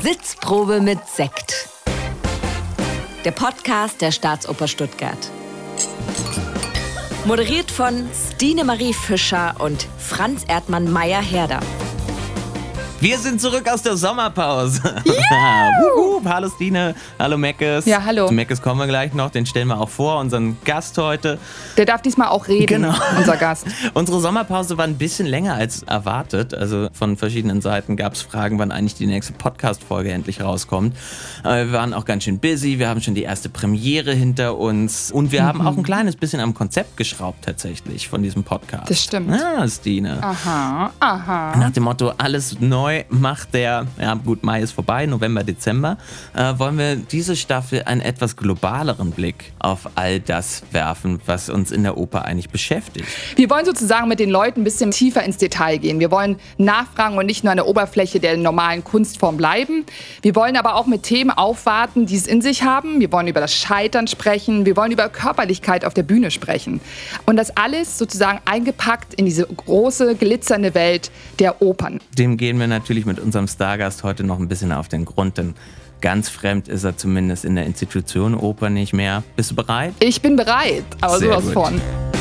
Sitzprobe mit Sekt. Der Podcast der Staatsoper Stuttgart. Moderiert von Stine Marie Fischer und Franz Erdmann Meyer-Herder. Wir sind zurück aus der Sommerpause. Hallo Stine, hallo Meckes. Ja, hallo. Zu Meckes kommen wir gleich noch, den stellen wir auch vor, unseren Gast heute. Der darf diesmal auch reden, genau. Unser Gast. Unsere Sommerpause war ein bisschen länger als erwartet. Also von verschiedenen Seiten gab es Fragen, wann eigentlich die nächste Podcast-Folge endlich rauskommt. Aber wir waren auch ganz schön busy, wir haben schon die erste Premiere hinter uns und wir haben auch ein kleines bisschen am Konzept geschraubt tatsächlich von diesem Podcast. Das stimmt. Ja, Stine. Aha. Nach dem Motto, alles neu macht Mai ist vorbei, November, Dezember, wollen wir diese Staffel einen etwas globaleren Blick auf all das werfen, was uns in der Oper eigentlich beschäftigt. Wir wollen sozusagen mit den Leuten ein bisschen tiefer ins Detail gehen. Wir wollen nachfragen und nicht nur an der Oberfläche der normalen Kunstform bleiben. Wir wollen aber auch mit Themen aufwarten, die es in sich haben. Wir wollen über das Scheitern sprechen. Wir wollen über Körperlichkeit auf der Bühne sprechen. Und das alles sozusagen eingepackt in diese große, glitzernde Welt der Opern. Dem gehen wir natürlich mit unserem Stargast heute noch ein bisschen auf den Grund, denn ganz fremd ist er zumindest in der Institution Oper nicht mehr. Bist du bereit? Ich bin bereit, aber Sehr sowas gut. von.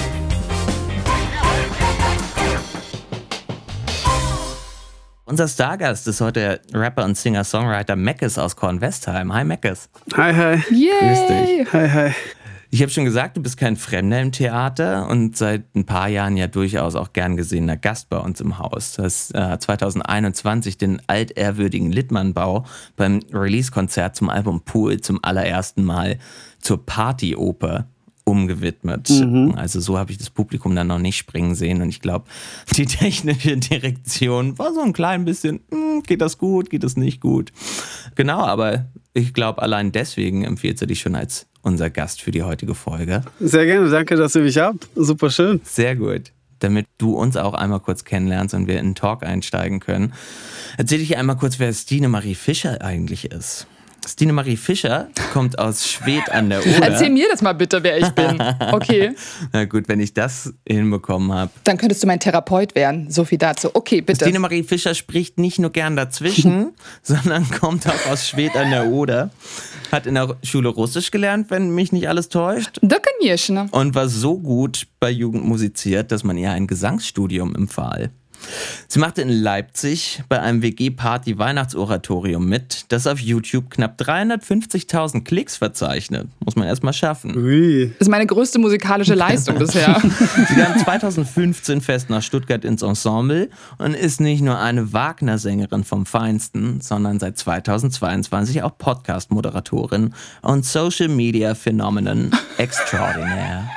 Unser Stargast ist heute der Rapper und Singer-Songwriter Meckes aus Kornwestheim. Hi Meckes. Hi. Grüß dich. Hi. Ich habe schon gesagt, du bist kein Fremder im Theater und seit ein paar Jahren ja durchaus auch gern gesehener Gast bei uns im Haus. Du hast 2021 den altehrwürdigen Littmann-Bau beim Release-Konzert zum Album Pool zum allerersten Mal zur Partyoper umgewidmet. Also so habe ich das Publikum dann noch nicht springen sehen und ich glaube, die technische Direktion war so ein klein bisschen, geht das gut, geht das nicht gut. Genau, aber ich glaube, allein deswegen empfiehlt sie dich schon als unser Gast für die heutige Folge. Sehr gerne, danke, dass ihr mich habt. Super schön. Sehr gut. Damit du uns auch einmal kurz kennenlernst und wir in den Talk einsteigen können, erzähle ich einmal kurz, wer Stine Marie Fischer eigentlich ist. Stine Marie Fischer kommt aus Schwedt an der Oder. Erzähl mir das mal bitte, wer ich bin. Okay. Na gut, wenn ich das hinbekommen habe. Dann könntest du mein Therapeut werden. So viel dazu. Okay, bitte. Stine Marie Fischer spricht nicht nur gern dazwischen, sondern kommt auch aus Schwedt an der Oder. Hat in der Schule Russisch gelernt, wenn mich nicht alles täuscht. Da конечно. Und war so gut bei Jugend musiziert, dass man ihr ein Gesangsstudium empfahl. Sie machte in Leipzig bei einem WG-Party-Weihnachtsoratorium mit, das auf YouTube knapp 350.000 Klicks verzeichnet. Muss man erst mal schaffen. Ui. Das ist meine größte musikalische Leistung bisher. Sie kam 2015 fest nach Stuttgart ins Ensemble und ist nicht nur eine Wagner-Sängerin vom Feinsten, sondern seit 2022 auch Podcast-Moderatorin und Social-Media-Phänomenon extraordinaire.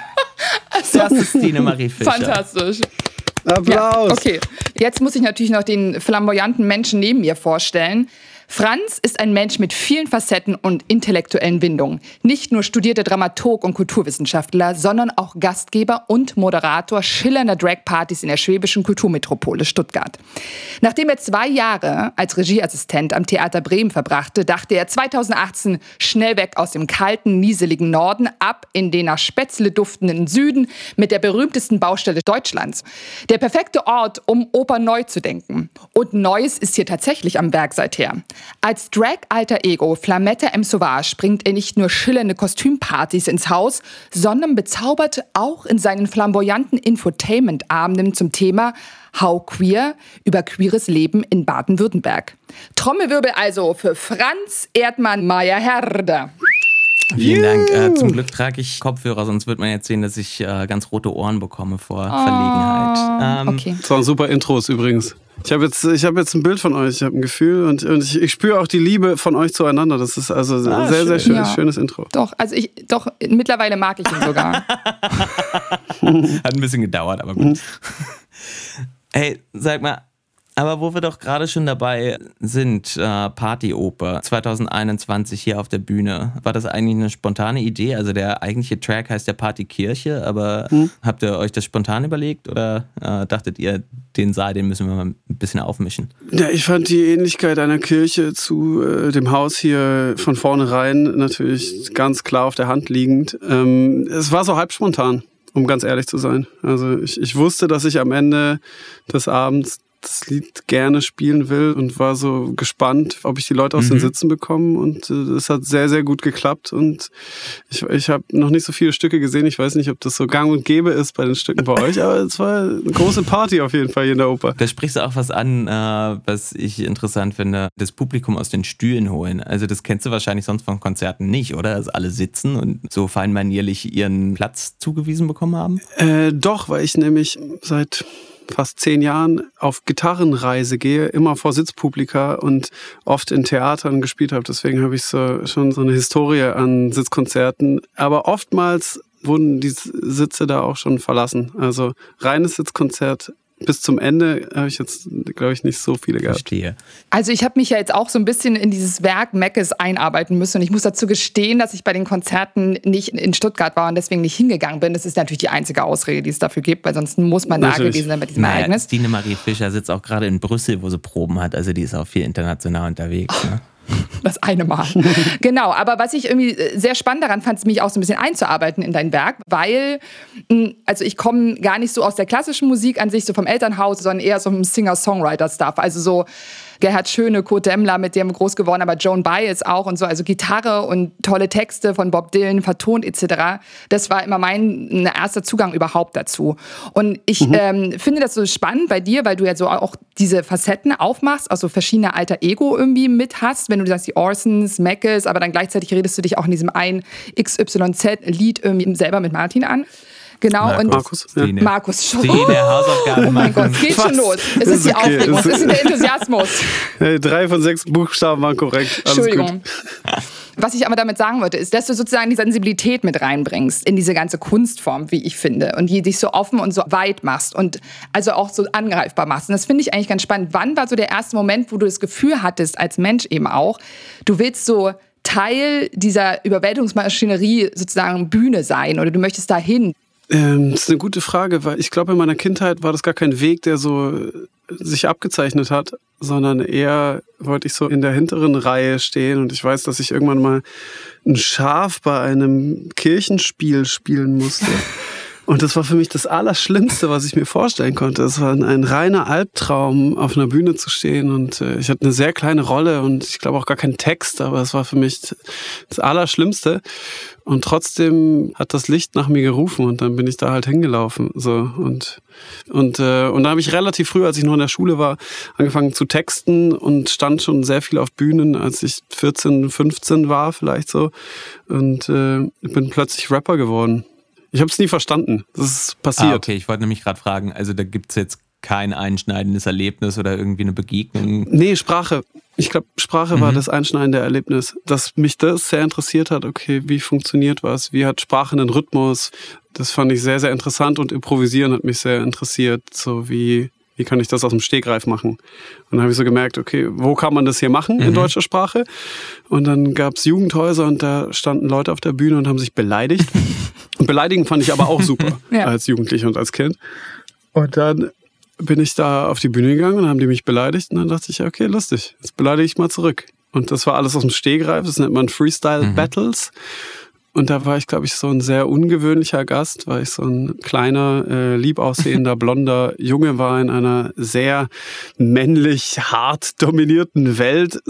Das ist Stine Marie Fischer. Fantastisch. Applaus. Ja, okay, jetzt muss ich natürlich noch den flamboyanten Menschen neben mir vorstellen. Franz ist ein Mensch mit vielen Facetten und intellektuellen Windungen. Nicht nur studierter Dramaturg und Kulturwissenschaftler, sondern auch Gastgeber und Moderator schillernder Drag-Partys in der schwäbischen Kulturmetropole Stuttgart. Nachdem er 2 Jahre als Regieassistent am Theater Bremen verbrachte, dachte er 2018 schnell weg aus dem kalten, nieseligen Norden ab in den nach Spätzle duftenden Süden mit der berühmtesten Baustelle Deutschlands. Der perfekte Ort, um Oper neu zu denken. Und Neues ist hier tatsächlich am Werk seither. Als Drag-Alter-Ego Flametta M. Sauvage bringt er nicht nur schillernde Kostümpartys ins Haus, sondern bezaubert auch in seinen flamboyanten Infotainment-Abenden zum Thema How Queer über queeres Leben in Baden-Württemberg. Trommelwirbel also für Franz Erdmann Meyer-Herder. Vielen Dank. Zum Glück trage ich Kopfhörer, sonst wird man jetzt sehen, dass ich ganz rote Ohren bekomme vor Verlegenheit. Okay. Das waren super Intros übrigens. Ich habe jetzt ein Bild von euch, ich habe ein Gefühl und ich spüre auch die Liebe von euch zueinander. Das ist also sehr, sehr schön. Ja. Schönes Intro. Doch, mittlerweile mag ich ihn sogar. Hat ein bisschen gedauert, aber gut. Hey, sag mal, aber wo wir doch gerade schon dabei sind, Partyoper 2021 hier auf der Bühne, war das eigentlich eine spontane Idee? Also der eigentliche Track heißt ja Partykirche, aber habt ihr euch das spontan überlegt oder dachtet ihr, den Saal, den müssen wir mal ein bisschen aufmischen? Ja, ich fand die Ähnlichkeit einer Kirche zu dem Haus hier von vornherein natürlich ganz klar auf der Hand liegend. Es war so halb spontan, um ganz ehrlich zu sein. Also ich wusste, dass ich am Ende des Abends das Lied gerne spielen will und war so gespannt, ob ich die Leute aus den Sitzen bekomme. Und es hat sehr, sehr gut geklappt. Und ich habe noch nicht so viele Stücke gesehen. Ich weiß nicht, ob das so gang und gäbe ist bei den Stücken bei euch, aber es war eine große Party auf jeden Fall hier in der Oper. Da sprichst du auch was an, was ich interessant finde. Das Publikum aus den Stühlen holen. Also das kennst du wahrscheinlich sonst von Konzerten nicht, oder? Dass alle sitzen und so feinmanierlich ihren Platz zugewiesen bekommen haben? Doch, weil ich nämlich seit fast 10 Jahren auf Gitarrenreise gehe, immer vor Sitzpublika und oft in Theatern gespielt habe. Deswegen habe ich schon so eine Historie an Sitzkonzerten. Aber oftmals wurden die Sitze da auch schon verlassen. Also reines Sitzkonzert bis zum Ende habe ich jetzt, glaube ich, nicht so viele gehabt. Verstehe. Also ich habe mich ja jetzt auch so ein bisschen in dieses Werk Meckes einarbeiten müssen. Und ich muss dazu gestehen, dass ich bei den Konzerten nicht in Stuttgart war und deswegen nicht hingegangen bin. Das ist natürlich die einzige Ausrede, die es dafür gibt, weil sonst muss man da gewesen sein bei diesem Ereignis. Stine Marie Fischer sitzt auch gerade in Brüssel, wo sie Proben hat. Also die ist auch viel international unterwegs. Ne? Das eine Mal. Genau, aber was ich irgendwie sehr spannend daran fand, mich auch so ein bisschen einzuarbeiten in dein Werk, weil, also ich komme gar nicht so aus der klassischen Musik an sich, so vom Elternhaus, sondern eher so vom Singer-Songwriter-Stuff. Also so Gerhard Schöne, Kurt Demmler, mit dem groß geworden, aber Joan Baez auch und so, also Gitarre und tolle Texte von Bob Dylan, vertont etc. Das war immer mein erster Zugang überhaupt dazu. Und ich finde das so spannend bei dir, weil du ja so auch diese Facetten aufmachst, also verschiedene alter Ego irgendwie mit hast, wenn du sagst, die Orsons, Meckes, aber dann gleichzeitig redest du dich auch in diesem einen XYZ-Lied irgendwie selber mit Martin an. Genau, Markus, und Markus schon. Stine, Hausaufgaben. Oh mein Gott, es geht schon los. Es ist die Aufregung, es ist der Enthusiasmus. 3 von 6 Buchstaben waren korrekt. Alles Entschuldigung. gut. Was ich aber damit sagen wollte, ist, dass du sozusagen die Sensibilität mit reinbringst in diese ganze Kunstform, wie ich finde, und die dich so offen und so weit machst und also auch so angreifbar machst. Und das finde ich eigentlich ganz spannend. Wann war so der erste Moment, wo du das Gefühl hattest, als Mensch eben auch, du willst so Teil dieser Überwältigungsmaschinerie sozusagen Bühne sein oder du möchtest dahin? Das ist eine gute Frage, weil ich glaube, in meiner Kindheit war das gar kein Weg, der so sich abgezeichnet hat, sondern eher wollte ich so in der hinteren Reihe stehen und ich weiß, dass ich irgendwann mal ein Schaf bei einem Kirchenspiel spielen musste. Und das war für mich das Allerschlimmste, was ich mir vorstellen konnte. Es war ein reiner Albtraum, auf einer Bühne zu stehen. Und ich hatte eine sehr kleine Rolle und ich glaube auch gar keinen Text, aber es war für mich das Allerschlimmste. Und trotzdem hat das Licht nach mir gerufen und dann bin ich da halt hingelaufen. So. Und da habe ich relativ früh, als ich noch in der Schule war, angefangen zu texten und stand schon sehr viel auf Bühnen, als ich 14, 15 war vielleicht so. Und bin plötzlich Rapper geworden. Ich habe es nie verstanden. Das ist passiert. Okay, ich wollte nämlich gerade fragen, also da gibt es jetzt kein einschneidendes Erlebnis oder irgendwie eine Begegnung? Nee, Sprache. Ich glaube, Sprache war das einschneidende Erlebnis, dass mich das sehr interessiert hat. Okay, wie funktioniert was? Wie hat Sprache einen Rhythmus? Das fand ich sehr, sehr interessant und Improvisieren hat mich sehr interessiert. So wie kann ich das aus dem Stegreif machen? Und dann habe ich so gemerkt, okay, wo kann man das hier machen in deutscher Sprache? Und dann gab es Jugendhäuser und da standen Leute auf der Bühne und haben sich beleidigt. Und beleidigen fand ich aber auch super als Jugendlicher und als Kind. Und dann bin ich da auf die Bühne gegangen und haben die mich beleidigt. Und dann dachte ich, okay, lustig, jetzt beleidige ich mal zurück. Und das war alles aus dem Stegreif, das nennt man Freestyle-Battles. Und da war ich, glaube ich, so ein sehr ungewöhnlicher Gast, weil ich so ein kleiner, lieb aussehender, blonder Junge war in einer sehr männlich, hart dominierten Welt.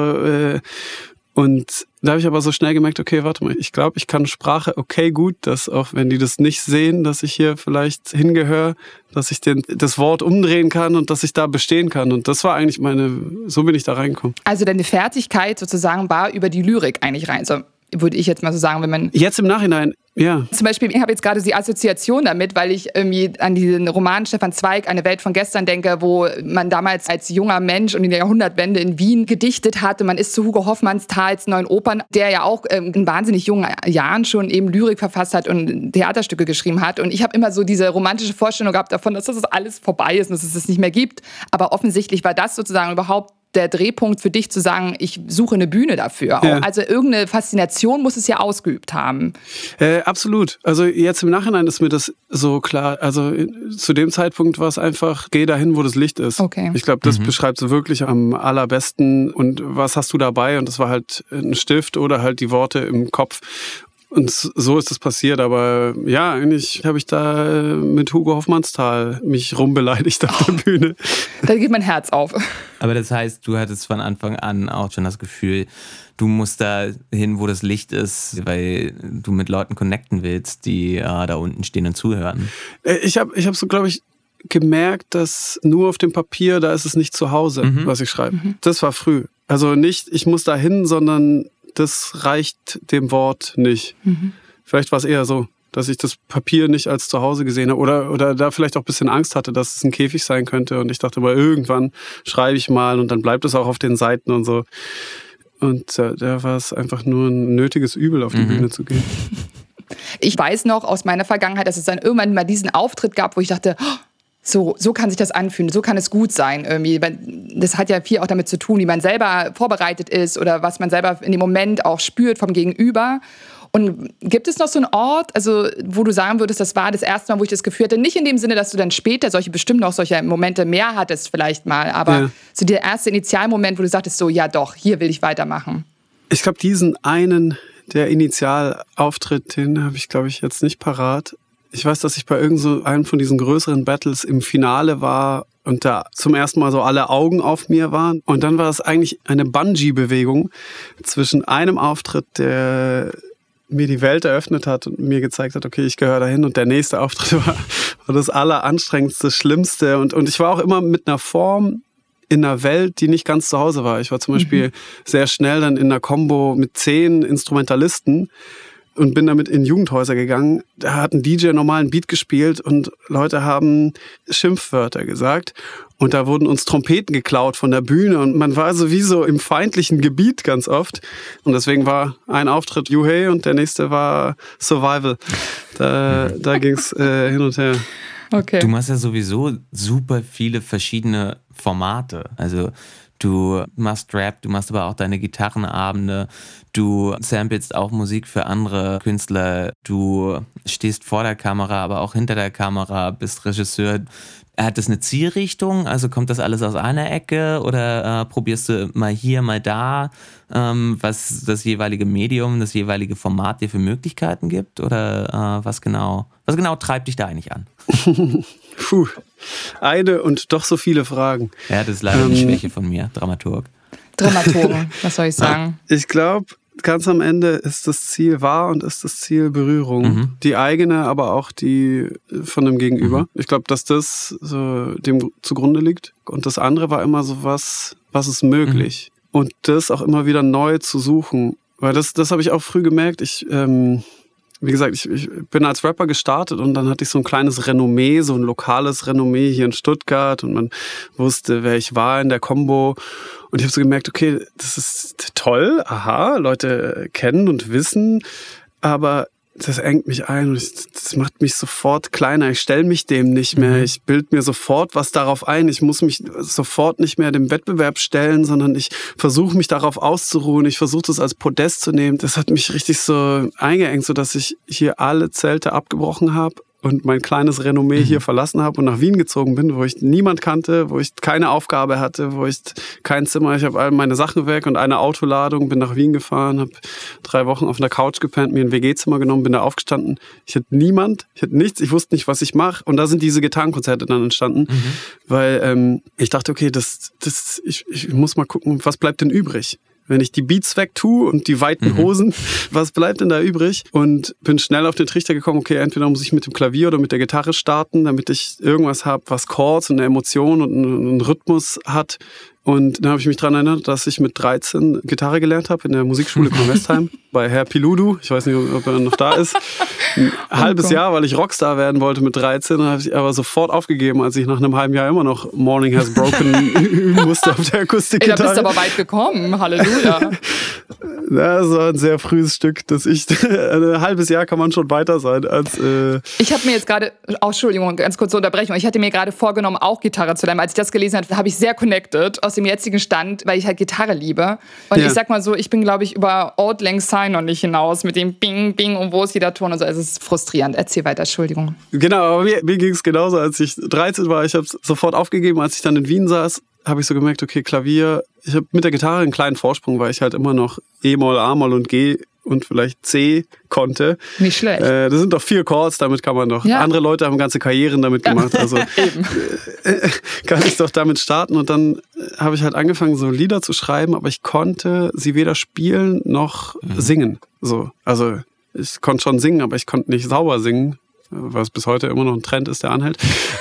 Und da habe ich aber so schnell gemerkt, okay, warte mal, ich glaube, ich kann Sprache okay gut, dass auch wenn die das nicht sehen, dass ich hier vielleicht hingehöre, dass ich das Wort umdrehen kann und dass ich da bestehen kann. Und das war eigentlich so bin ich da reingekommen. Also deine Fertigkeit sozusagen war über die Lyrik eigentlich rein, so würde ich jetzt mal so sagen, wenn man... Jetzt im Nachhinein, ja. Zum Beispiel, ich habe jetzt gerade die Assoziation damit, weil ich irgendwie an diesen Roman Stefan Zweig, Eine Welt von gestern denke, wo man damals als junger Mensch und in der Jahrhundertwende in Wien gedichtet hat und man ist zu Hugo Hoffmannsthals Neuen Opern, der ja auch in wahnsinnig jungen Jahren schon eben Lyrik verfasst hat und Theaterstücke geschrieben hat. Und ich habe immer so diese romantische Vorstellung gehabt davon, dass das alles vorbei ist und dass es das nicht mehr gibt. Aber offensichtlich war das sozusagen überhaupt der Drehpunkt für dich zu sagen, ich suche eine Bühne dafür. Ja. Also irgendeine Faszination muss es ja ausgeübt haben. Absolut. Also jetzt im Nachhinein ist mir das so klar. Also zu dem Zeitpunkt war es einfach, geh dahin, wo das Licht ist. Okay. Ich glaube, das beschreibt so wirklich am allerbesten. Und was hast du dabei? Und das war halt ein Stift oder halt die Worte im Kopf. Und so ist es passiert, aber ja, eigentlich habe ich da mit Hugo Hoffmannsthal mich rumbeleidigt auf der Bühne. Da geht mein Herz auf. Aber das heißt, du hattest von Anfang an auch schon das Gefühl, du musst da hin, wo das Licht ist, weil du mit Leuten connecten willst, die da unten stehen und zuhören. Ich hab so, glaube ich, gemerkt, dass nur auf dem Papier, da ist es nicht zu Hause, was ich schreibe. Das war früh. Also nicht, ich muss da hin, sondern das reicht dem Wort nicht. Vielleicht war es eher so, dass ich das Papier nicht als zu Hause gesehen habe oder da vielleicht auch ein bisschen Angst hatte, dass es ein Käfig sein könnte und ich dachte mal, irgendwann schreibe ich mal und dann bleibt es auch auf den Seiten und so. Und da war es einfach nur ein nötiges Übel, auf die Bühne zu gehen. Ich weiß noch aus meiner Vergangenheit, dass es dann irgendwann mal diesen Auftritt gab, wo ich dachte, so kann sich das anfühlen, so kann es gut sein. Irgendwie. Das hat ja viel auch damit zu tun, wie man selber vorbereitet ist oder was man selber in dem Moment auch spürt vom Gegenüber. Und gibt es noch so einen Ort, also wo du sagen würdest, das war das erste Mal, wo ich das Gefühl hatte, nicht in dem Sinne, dass du dann später bestimmt noch solche Momente mehr hattest vielleicht mal, aber so der erste Initialmoment, wo du sagtest so, ja doch, hier will ich weitermachen. Ich glaube, diesen einen, der Initialauftritt, den habe ich, glaube ich, jetzt nicht parat. Ich weiß, dass ich bei einem von diesen größeren Battles im Finale war und da zum ersten Mal so alle Augen auf mir waren. Und dann war es eigentlich eine Bungee-Bewegung zwischen einem Auftritt, der mir die Welt eröffnet hat und mir gezeigt hat, okay, ich gehöre dahin. Und der nächste Auftritt war das alleranstrengendste, Schlimmste. Und ich war auch immer mit einer Form in einer Welt, die nicht ganz zu Hause war. Ich war zum Beispiel sehr schnell dann in einer Combo mit 10 Instrumentalisten und bin damit in Jugendhäuser gegangen. Da hat ein DJ normal einen Beat gespielt und Leute haben Schimpfwörter gesagt. Und da wurden uns Trompeten geklaut von der Bühne und man war sowieso im feindlichen Gebiet ganz oft. Und deswegen war ein Auftritt Juhei und der nächste war Survival. Da ging's hin und her. Okay. Du machst ja sowieso super viele verschiedene Formate. Also du machst Rap, du machst aber auch deine Gitarrenabende, du samplest auch Musik für andere Künstler, du stehst vor der Kamera, aber auch hinter der Kamera, bist Regisseur. Hat das eine Zielrichtung? Also kommt das alles aus einer Ecke oder probierst du mal hier, mal da, was das jeweilige Medium, das jeweilige Format dir für Möglichkeiten gibt? Oder was genau treibt dich da eigentlich an? Puh, eine und doch so viele Fragen. Ja, das ist leider eine Schwäche von mir, Dramaturg. Dramaturgen, was soll ich sagen? Ich glaube, ganz am Ende ist das Ziel Berührung. Die eigene, aber auch die von dem Gegenüber. Ich glaube, dass das so dem zugrunde liegt. Und das andere war immer so was ist möglich. Und das auch immer wieder neu zu suchen. Weil das habe ich auch früh gemerkt. Wie gesagt, ich bin als Rapper gestartet und dann hatte ich so ein kleines Renommee, so ein lokales Renommee hier in Stuttgart und man wusste, wer ich war in der Combo. Und ich habe so gemerkt, okay, das ist toll, aha, Leute kennen und wissen, aber das engt mich ein und das macht mich sofort kleiner. Ich stelle mich dem nicht mehr. Ich bilde mir sofort was darauf ein. Ich muss mich sofort nicht mehr dem Wettbewerb stellen, sondern ich versuche mich darauf auszuruhen. Ich versuche das als Podest zu nehmen. Das hat mich richtig so eingeengt, sodass ich hier alle Zelte abgebrochen habe und mein kleines Renommee hier verlassen habe und nach Wien gezogen bin, wo ich niemand kannte, wo ich keine Aufgabe hatte, wo ich kein Zimmer, ich habe all meine Sachen weg und eine Autoladung, bin nach Wien gefahren, habe 3 Wochen auf einer Couch gepennt, mir ein WG-Zimmer genommen, bin da aufgestanden. Ich hatte nichts, ich wusste nicht, was ich mache und da sind diese Gitarrenkonzerte dann entstanden, weil ich dachte, okay, ich muss mal gucken, was bleibt denn übrig? Wenn ich die Beats weg tue und die weiten Hosen, was bleibt denn da übrig? Und bin schnell auf den Trichter gekommen, okay, entweder muss ich mit dem Klavier oder mit der Gitarre starten, damit ich irgendwas habe, was Chords und eine Emotion und einen Rhythmus hat. Und dann habe ich mich daran erinnert, dass ich mit 13 Gitarre gelernt habe in der Musikschule Kornwestheim bei Herr Piludu. Ich weiß nicht, ob er noch da ist. Ein halbes Jahr, weil ich Rockstar werden wollte mit 13. Dann habe ich aber sofort aufgegeben, als ich nach einem halben Jahr immer noch Morning Has Broken üben musste auf der Akustikgitarre. Da bist du aber weit gekommen. Halleluja. Das war ein sehr frühes Stück. Ein halbes Jahr kann man schon weiter sein als... Ich habe mir jetzt gerade... Entschuldigung, ganz kurze Unterbrechung. Ich hatte mir gerade vorgenommen, auch Gitarre zu lernen. Als ich das gelesen habe, habe ich sehr connected aus dem jetzigen Stand, weil ich halt Gitarre liebe. Und ich sag mal so, ich bin, glaube ich, über Auld Lang Syne noch nicht hinaus mit dem Bing, Bing und wo ist jeder Ton und so. Es ist frustrierend. Erzähl weiter, Entschuldigung. Genau, aber mir ging es genauso, als ich 13 war. Ich habe es sofort aufgegeben, als ich dann in Wien saß, habe ich so gemerkt, okay, Klavier, ich habe mit der Gitarre einen kleinen Vorsprung, weil ich halt immer noch E-Moll, A-Moll und G und vielleicht C konnte. Nicht schlecht. Das sind doch 4 Chords, damit kann man doch. Ja. Andere Leute haben ganze Karrieren damit gemacht. Also kann ich doch damit starten. Und dann habe ich halt angefangen, so Lieder zu schreiben, aber ich konnte sie weder spielen noch singen. So. Also ich konnte schon singen, aber ich konnte nicht sauber singen, was bis heute immer noch ein Trend ist, der anhält.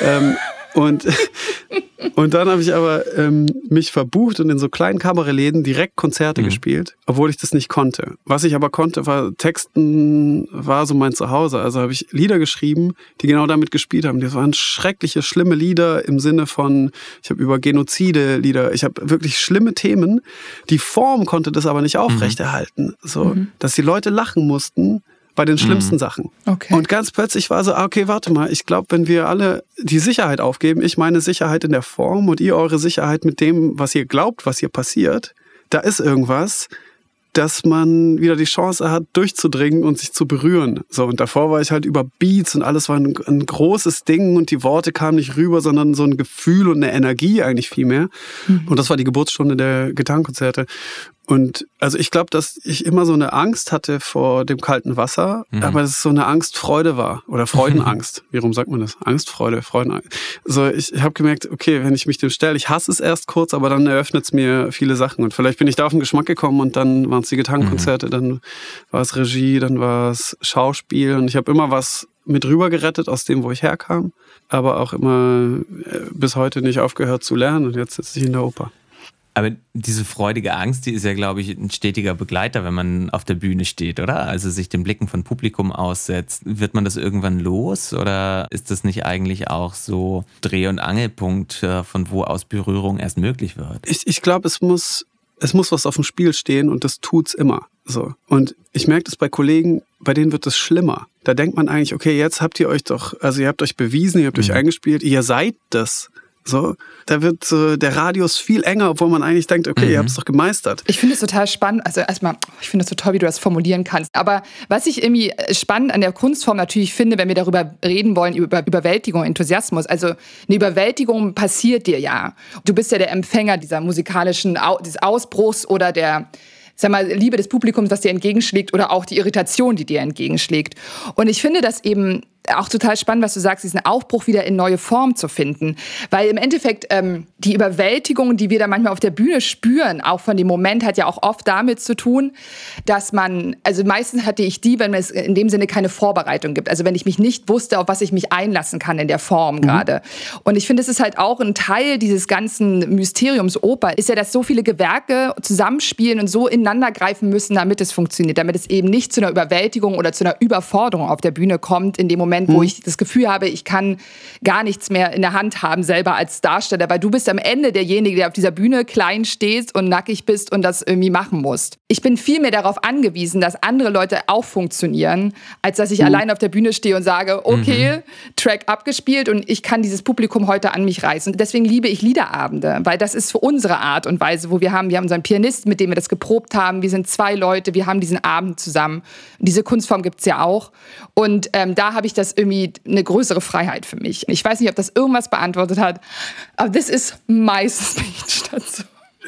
Und dann habe ich aber mich verbucht und in so kleinen Kabarettläden direkt Konzerte gespielt, obwohl ich das nicht konnte. Was ich aber konnte, war Texten, war so mein Zuhause. Also habe ich Lieder geschrieben, die genau damit gespielt haben. Das waren schreckliche, schlimme Lieder im Sinne von, ich habe über Genozide Lieder, ich habe wirklich schlimme Themen. Die Form konnte das aber nicht aufrechterhalten. So, dass die Leute lachen mussten bei den schlimmsten Sachen. Okay. Und ganz plötzlich war so, okay, warte mal, ich glaube, wenn wir alle die Sicherheit aufgeben, ich meine Sicherheit in der Form und ihr eure Sicherheit mit dem, was ihr glaubt, was hier passiert, da ist irgendwas, dass man wieder die Chance hat, durchzudringen und sich zu berühren. So, und davor war ich halt über Beats und alles war ein großes Ding und die Worte kamen nicht rüber, sondern so ein Gefühl und eine Energie eigentlich viel mehr. Und das war die Geburtsstunde der Gitarrenkonzerte. Und also ich glaube, dass ich immer so eine Angst hatte vor dem kalten Wasser, aber dass es so eine Angst-Freude war oder Freudenangst. Wie rum sagt man das? Angst, Freude, Freudenangst. So, ich habe gemerkt, okay, wenn ich mich dem stelle, ich hasse es erst kurz, aber dann eröffnet es mir viele Sachen. Und vielleicht bin ich da auf den Geschmack gekommen und dann waren es die Gitarrenkonzerte, dann war es Regie, dann war es Schauspiel und ich habe immer was mit rüber gerettet aus dem, wo ich herkam, aber auch immer bis heute nicht aufgehört zu lernen und jetzt sitze ich in der Oper. Aber diese freudige Angst, die ist ja, glaube ich, ein stetiger Begleiter, wenn man auf der Bühne steht, oder? Also sich den Blicken von Publikum aussetzt. Wird man das irgendwann los oder ist das nicht eigentlich auch so Dreh- und Angelpunkt, von wo aus Berührung erst möglich wird? Ich glaube, es muss was auf dem Spiel stehen und das tut's immer. So. Und ich merke das bei Kollegen, bei denen wird es schlimmer. Da denkt man eigentlich, okay, jetzt habt ihr euch doch, also ihr habt euch bewiesen, ihr habt euch eingespielt, ihr seid das. So, da wird der Radius viel enger, obwohl man eigentlich denkt, okay, ihr habt es doch gemeistert. Ich finde es total spannend. Also erstmal, ich finde es so toll, wie du das formulieren kannst. Aber was ich irgendwie spannend an der Kunstform natürlich finde, wenn wir darüber reden wollen, über Überwältigung, Enthusiasmus. Also eine Überwältigung passiert dir ja. Du bist ja der Empfänger dieser musikalischen, des Ausbruchs oder der, sag mal, Liebe des Publikums, was dir entgegenschlägt oder auch die Irritation, die dir entgegenschlägt. Und ich finde das eben auch total spannend, was du sagst, diesen Aufbruch wieder in neue Form zu finden. Weil im Endeffekt die Überwältigung, die wir da manchmal auf der Bühne spüren, auch von dem Moment, hat ja auch oft damit zu tun, dass man, also meistens hatte ich die, wenn es in dem Sinne keine Vorbereitung gibt. Also wenn ich mich nicht wusste, auf was ich mich einlassen kann in der Form gerade. Und ich finde, es ist halt auch ein Teil dieses ganzen Mysteriums Oper, ist ja, dass so viele Gewerke zusammenspielen und so ineinander greifen müssen, damit es funktioniert. Damit es eben nicht zu einer Überwältigung oder zu einer Überforderung auf der Bühne kommt, in dem Moment, wo ich das Gefühl habe, ich kann gar nichts mehr in der Hand haben, selber als Darsteller, weil du bist am Ende derjenige, der auf dieser Bühne klein steht und nackig bist und das irgendwie machen musst. Ich bin viel mehr darauf angewiesen, dass andere Leute auch funktionieren, als dass ich allein auf der Bühne stehe und sage, okay, Track abgespielt und ich kann dieses Publikum heute an mich reißen. Deswegen liebe ich Liederabende, weil das ist für unsere Art und Weise, wo wir haben unseren Pianisten, mit dem wir das geprobt haben, wir sind 2 Leute, wir haben diesen Abend zusammen. Diese Kunstform gibt's ja auch und da habe ich das irgendwie eine größere Freiheit für mich. Ich weiß nicht, ob das irgendwas beantwortet hat, aber das ist my Speech dazu.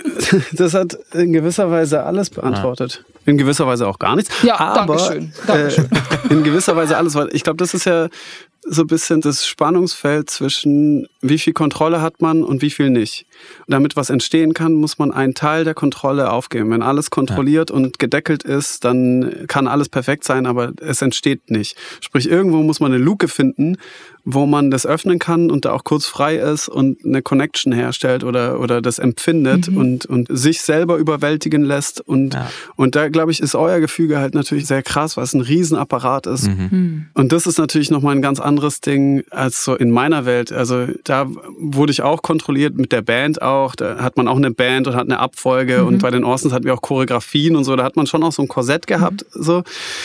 Das hat in gewisser Weise alles beantwortet. In gewisser Weise auch gar nichts. Ja, aber Dankeschön. In gewisser Weise alles, weil ich glaube, das ist ja so ein bisschen das Spannungsfeld zwischen wie viel Kontrolle hat man und wie viel nicht. Und damit was entstehen kann, muss man einen Teil der Kontrolle aufgeben. Wenn alles kontrolliert und gedeckelt ist, dann kann alles perfekt sein, aber es entsteht nicht. Sprich, irgendwo muss man eine Luke finden, wo man das öffnen kann und da auch kurz frei ist und eine Connection herstellt oder das empfindet und sich selber überwältigen lässt. Und da, glaube ich, ist euer Gefüge halt natürlich sehr krass, weil es ein Riesenapparat ist. Und das ist natürlich nochmal ein ganz anderes Ding als so in meiner Welt. Also da wurde ich auch kontrolliert mit der Band auch. Da hat man auch eine Band und hat eine Abfolge. Und bei den Orsons hatten wir auch Choreografien und so. Da hat man schon auch so ein Korsett gehabt. So.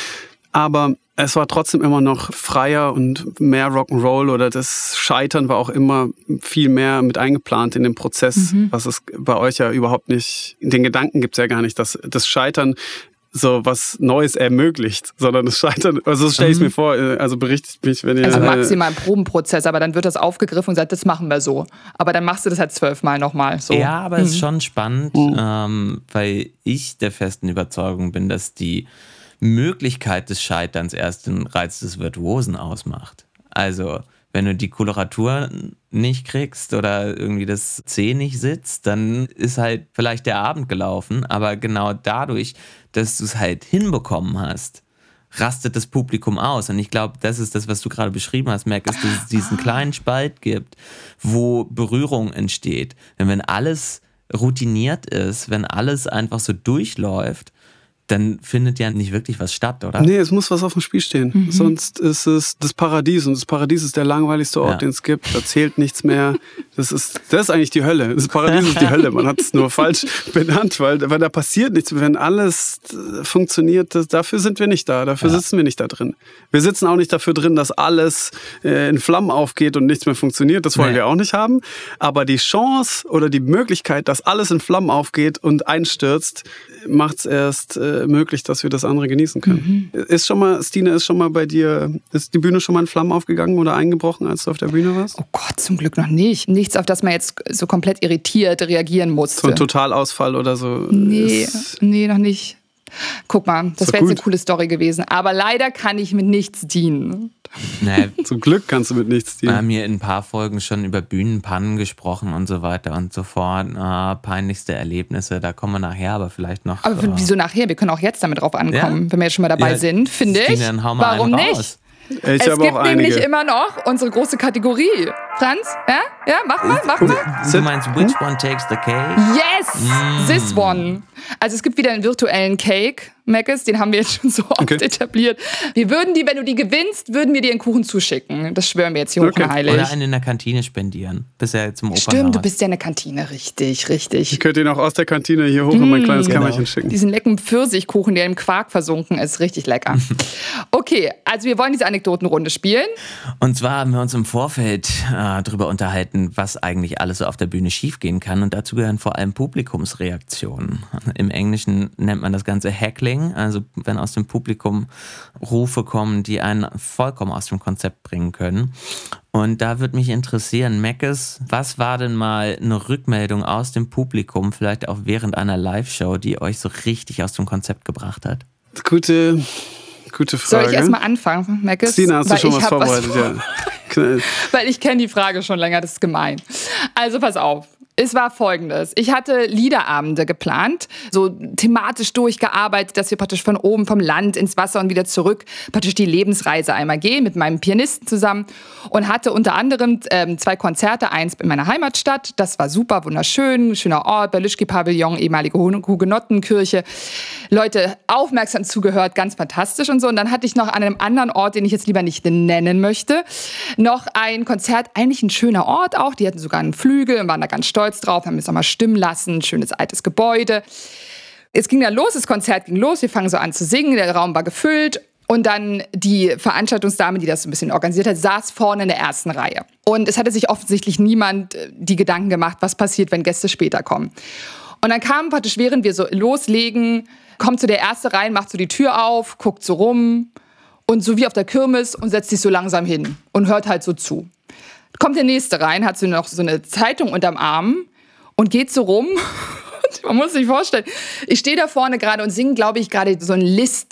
Aber es war trotzdem immer noch freier und mehr Rock'n'Roll oder das Scheitern war auch immer viel mehr mit eingeplant in dem Prozess, was es bei euch ja überhaupt nicht, den Gedanken gibt's ja gar nicht, dass das Scheitern so was Neues ermöglicht, sondern das Scheitern, also so stelle ich es mir vor, also berichtet mich, wenn ihr... Also maximal ein Probenprozess, aber dann wird das aufgegriffen und sagt, das machen wir so. Aber dann machst du das halt 12-mal nochmal so. Ja, aber es ist schon spannend, weil ich der festen Überzeugung bin, dass die Möglichkeit des Scheiterns erst den Reiz des Virtuosen ausmacht. Also, wenn du die Koloratur nicht kriegst oder irgendwie das C nicht sitzt, dann ist halt vielleicht der Abend gelaufen. Aber genau dadurch, dass du es halt hinbekommen hast, rastet das Publikum aus. Und ich glaube, das ist das, was du gerade beschrieben hast, Mac, ist, dass es diesen kleinen Spalt gibt, wo Berührung entsteht. Denn wenn alles routiniert ist, wenn alles einfach so durchläuft, dann findet ja nicht wirklich was statt, oder? Nee, es muss was auf dem Spiel stehen. Sonst ist es das Paradies. Und das Paradies ist der langweiligste Ort, den es gibt. Da zählt nichts mehr. Das ist eigentlich die Hölle. Das Paradies ist die Hölle. Man hat es nur falsch benannt, weil da passiert nichts. Wenn alles funktioniert, dafür sind wir nicht da. Dafür sitzen wir nicht da drin. Wir sitzen auch nicht dafür drin, dass alles in Flammen aufgeht und nichts mehr funktioniert. Das wollen wir auch nicht haben. Aber die Chance oder die Möglichkeit, dass alles in Flammen aufgeht und einstürzt, macht es erst möglich, dass wir das andere genießen können. Stine, ist schon mal bei dir, ist die Bühne schon mal in Flammen aufgegangen oder eingebrochen, als du auf der Bühne warst? Oh Gott, zum Glück noch nicht. Nichts, auf das man jetzt so komplett irritiert reagieren musste. So ein Totalausfall oder so? Nee, noch nicht. Guck mal, das wäre jetzt eine coole Story gewesen. Aber leider kann ich mit nichts dienen. Naja, zum Glück kannst du mit nichts dienen. Wir haben hier in ein paar Folgen schon über Bühnenpannen gesprochen und so weiter und so fort. Peinlichste Erlebnisse, da kommen wir nachher aber vielleicht noch. Aber wieso nachher? Wir können auch jetzt damit drauf ankommen, wenn wir jetzt schon mal dabei sind, finde ich. Warum nicht? Es gibt nämlich immer noch unsere große Kategorie. Franz, ja, mach mal. Du meinst, which one takes the cake? Yes, this one. Also es gibt wieder einen virtuellen Cake, Mackes, den haben wir jetzt schon so oft etabliert. Wir würden wenn du die gewinnst, würden wir dir einen Kuchen zuschicken. Das schwören wir jetzt hier hoch und heilig. Oder einen in der Kantine spendieren. Bis er zum Opernhaus. Stimmt, du bist ja in der Kantine, richtig. Ich könnte ihn auch aus der Kantine hier hoch in mein kleines Kämmerchen schicken. Diesen leckeren Pfirsichkuchen, der im Quark versunken ist, richtig lecker. Okay, also wir wollen diese Anekdotenrunde spielen. Und zwar haben wir uns im Vorfeld darüber unterhalten, was eigentlich alles so auf der Bühne schiefgehen kann. Und dazu gehören vor allem Publikumsreaktionen. Im Englischen nennt man das Ganze Heckling, also wenn aus dem Publikum Rufe kommen, die einen vollkommen aus dem Konzept bringen können. Und da würde mich interessieren, Mackes, was war denn mal eine Rückmeldung aus dem Publikum, vielleicht auch während einer Live-Show, die euch so richtig aus dem Konzept gebracht hat? Gute Frage. Soll ich erstmal anfangen, Mackes? Stina, hast du schon was vorbereitet? Ja. Weil ich kenne die Frage schon länger, das ist gemein. Also pass auf. Es war Folgendes. Ich hatte Liederabende geplant, so thematisch durchgearbeitet, dass wir praktisch von oben vom Land ins Wasser und wieder zurück praktisch die Lebensreise einmal gehen mit meinem Pianisten zusammen und hatte unter anderem 2 Konzerte, eins in meiner Heimatstadt, das war super, wunderschön, schöner Ort, Berlichki-Pavillon, ehemalige Hugenottenkirche. Leute, aufmerksam zugehört, ganz fantastisch und so. Und dann hatte ich noch an einem anderen Ort, den ich jetzt lieber nicht nennen möchte, noch ein Konzert, eigentlich ein schöner Ort auch, die hatten sogar einen Flügel und waren da ganz stolz drauf, haben es nochmal stimmen lassen, schönes altes Gebäude. Es ging dann los, das Konzert ging los, wir fangen so an zu singen, der Raum war gefüllt und dann die Veranstaltungsdame, die das so ein bisschen organisiert hat, saß vorne in der ersten Reihe. Und es hatte sich offensichtlich niemand die Gedanken gemacht, was passiert, wenn Gäste später kommen. Und dann kam praktisch, während wir so loslegen, kommt so der Erste rein, macht so die Tür auf, guckt so rum und so wie auf der Kirmes und setzt sich so langsam hin und hört halt so zu. Kommt der Nächste rein, hat so noch so eine Zeitung unterm Arm und geht so rum. Man muss sich vorstellen, ich stehe da vorne gerade und singe, glaube ich, gerade so ein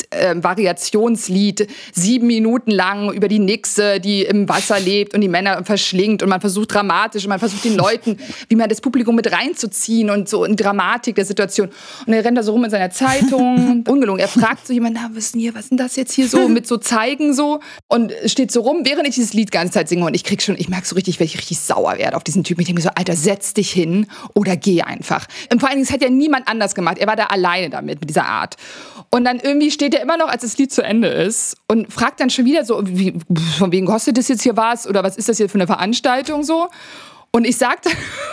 Liszt-Variationslied, 7 Minuten lang über die Nixe, die im Wasser lebt und die Männer verschlingt und man versucht dramatisch und man versucht den Leuten, wie man das Publikum mit reinzuziehen und so in Dramatik der Situation. Und er rennt da so rum in seiner Zeitung, ungelogen. Er fragt so jemanden, was ist denn das jetzt hier so, mit so Zeigen so und steht so rum, während ich dieses Lied die ganze Zeit singe und ich merke so richtig, wenn ich richtig sauer werde auf diesen Typen. Ich denke mir so, Alter, setz dich hin oder geh einfach. Und vor allen Dingen, das hat ja niemand anders gemacht. Er war da alleine damit, mit dieser Art. Und dann irgendwie steht er immer noch, als das Lied zu Ende ist und fragt dann schon wieder so, von wem kostet das jetzt hier was? Oder was ist das hier für eine Veranstaltung so? Und ich sagte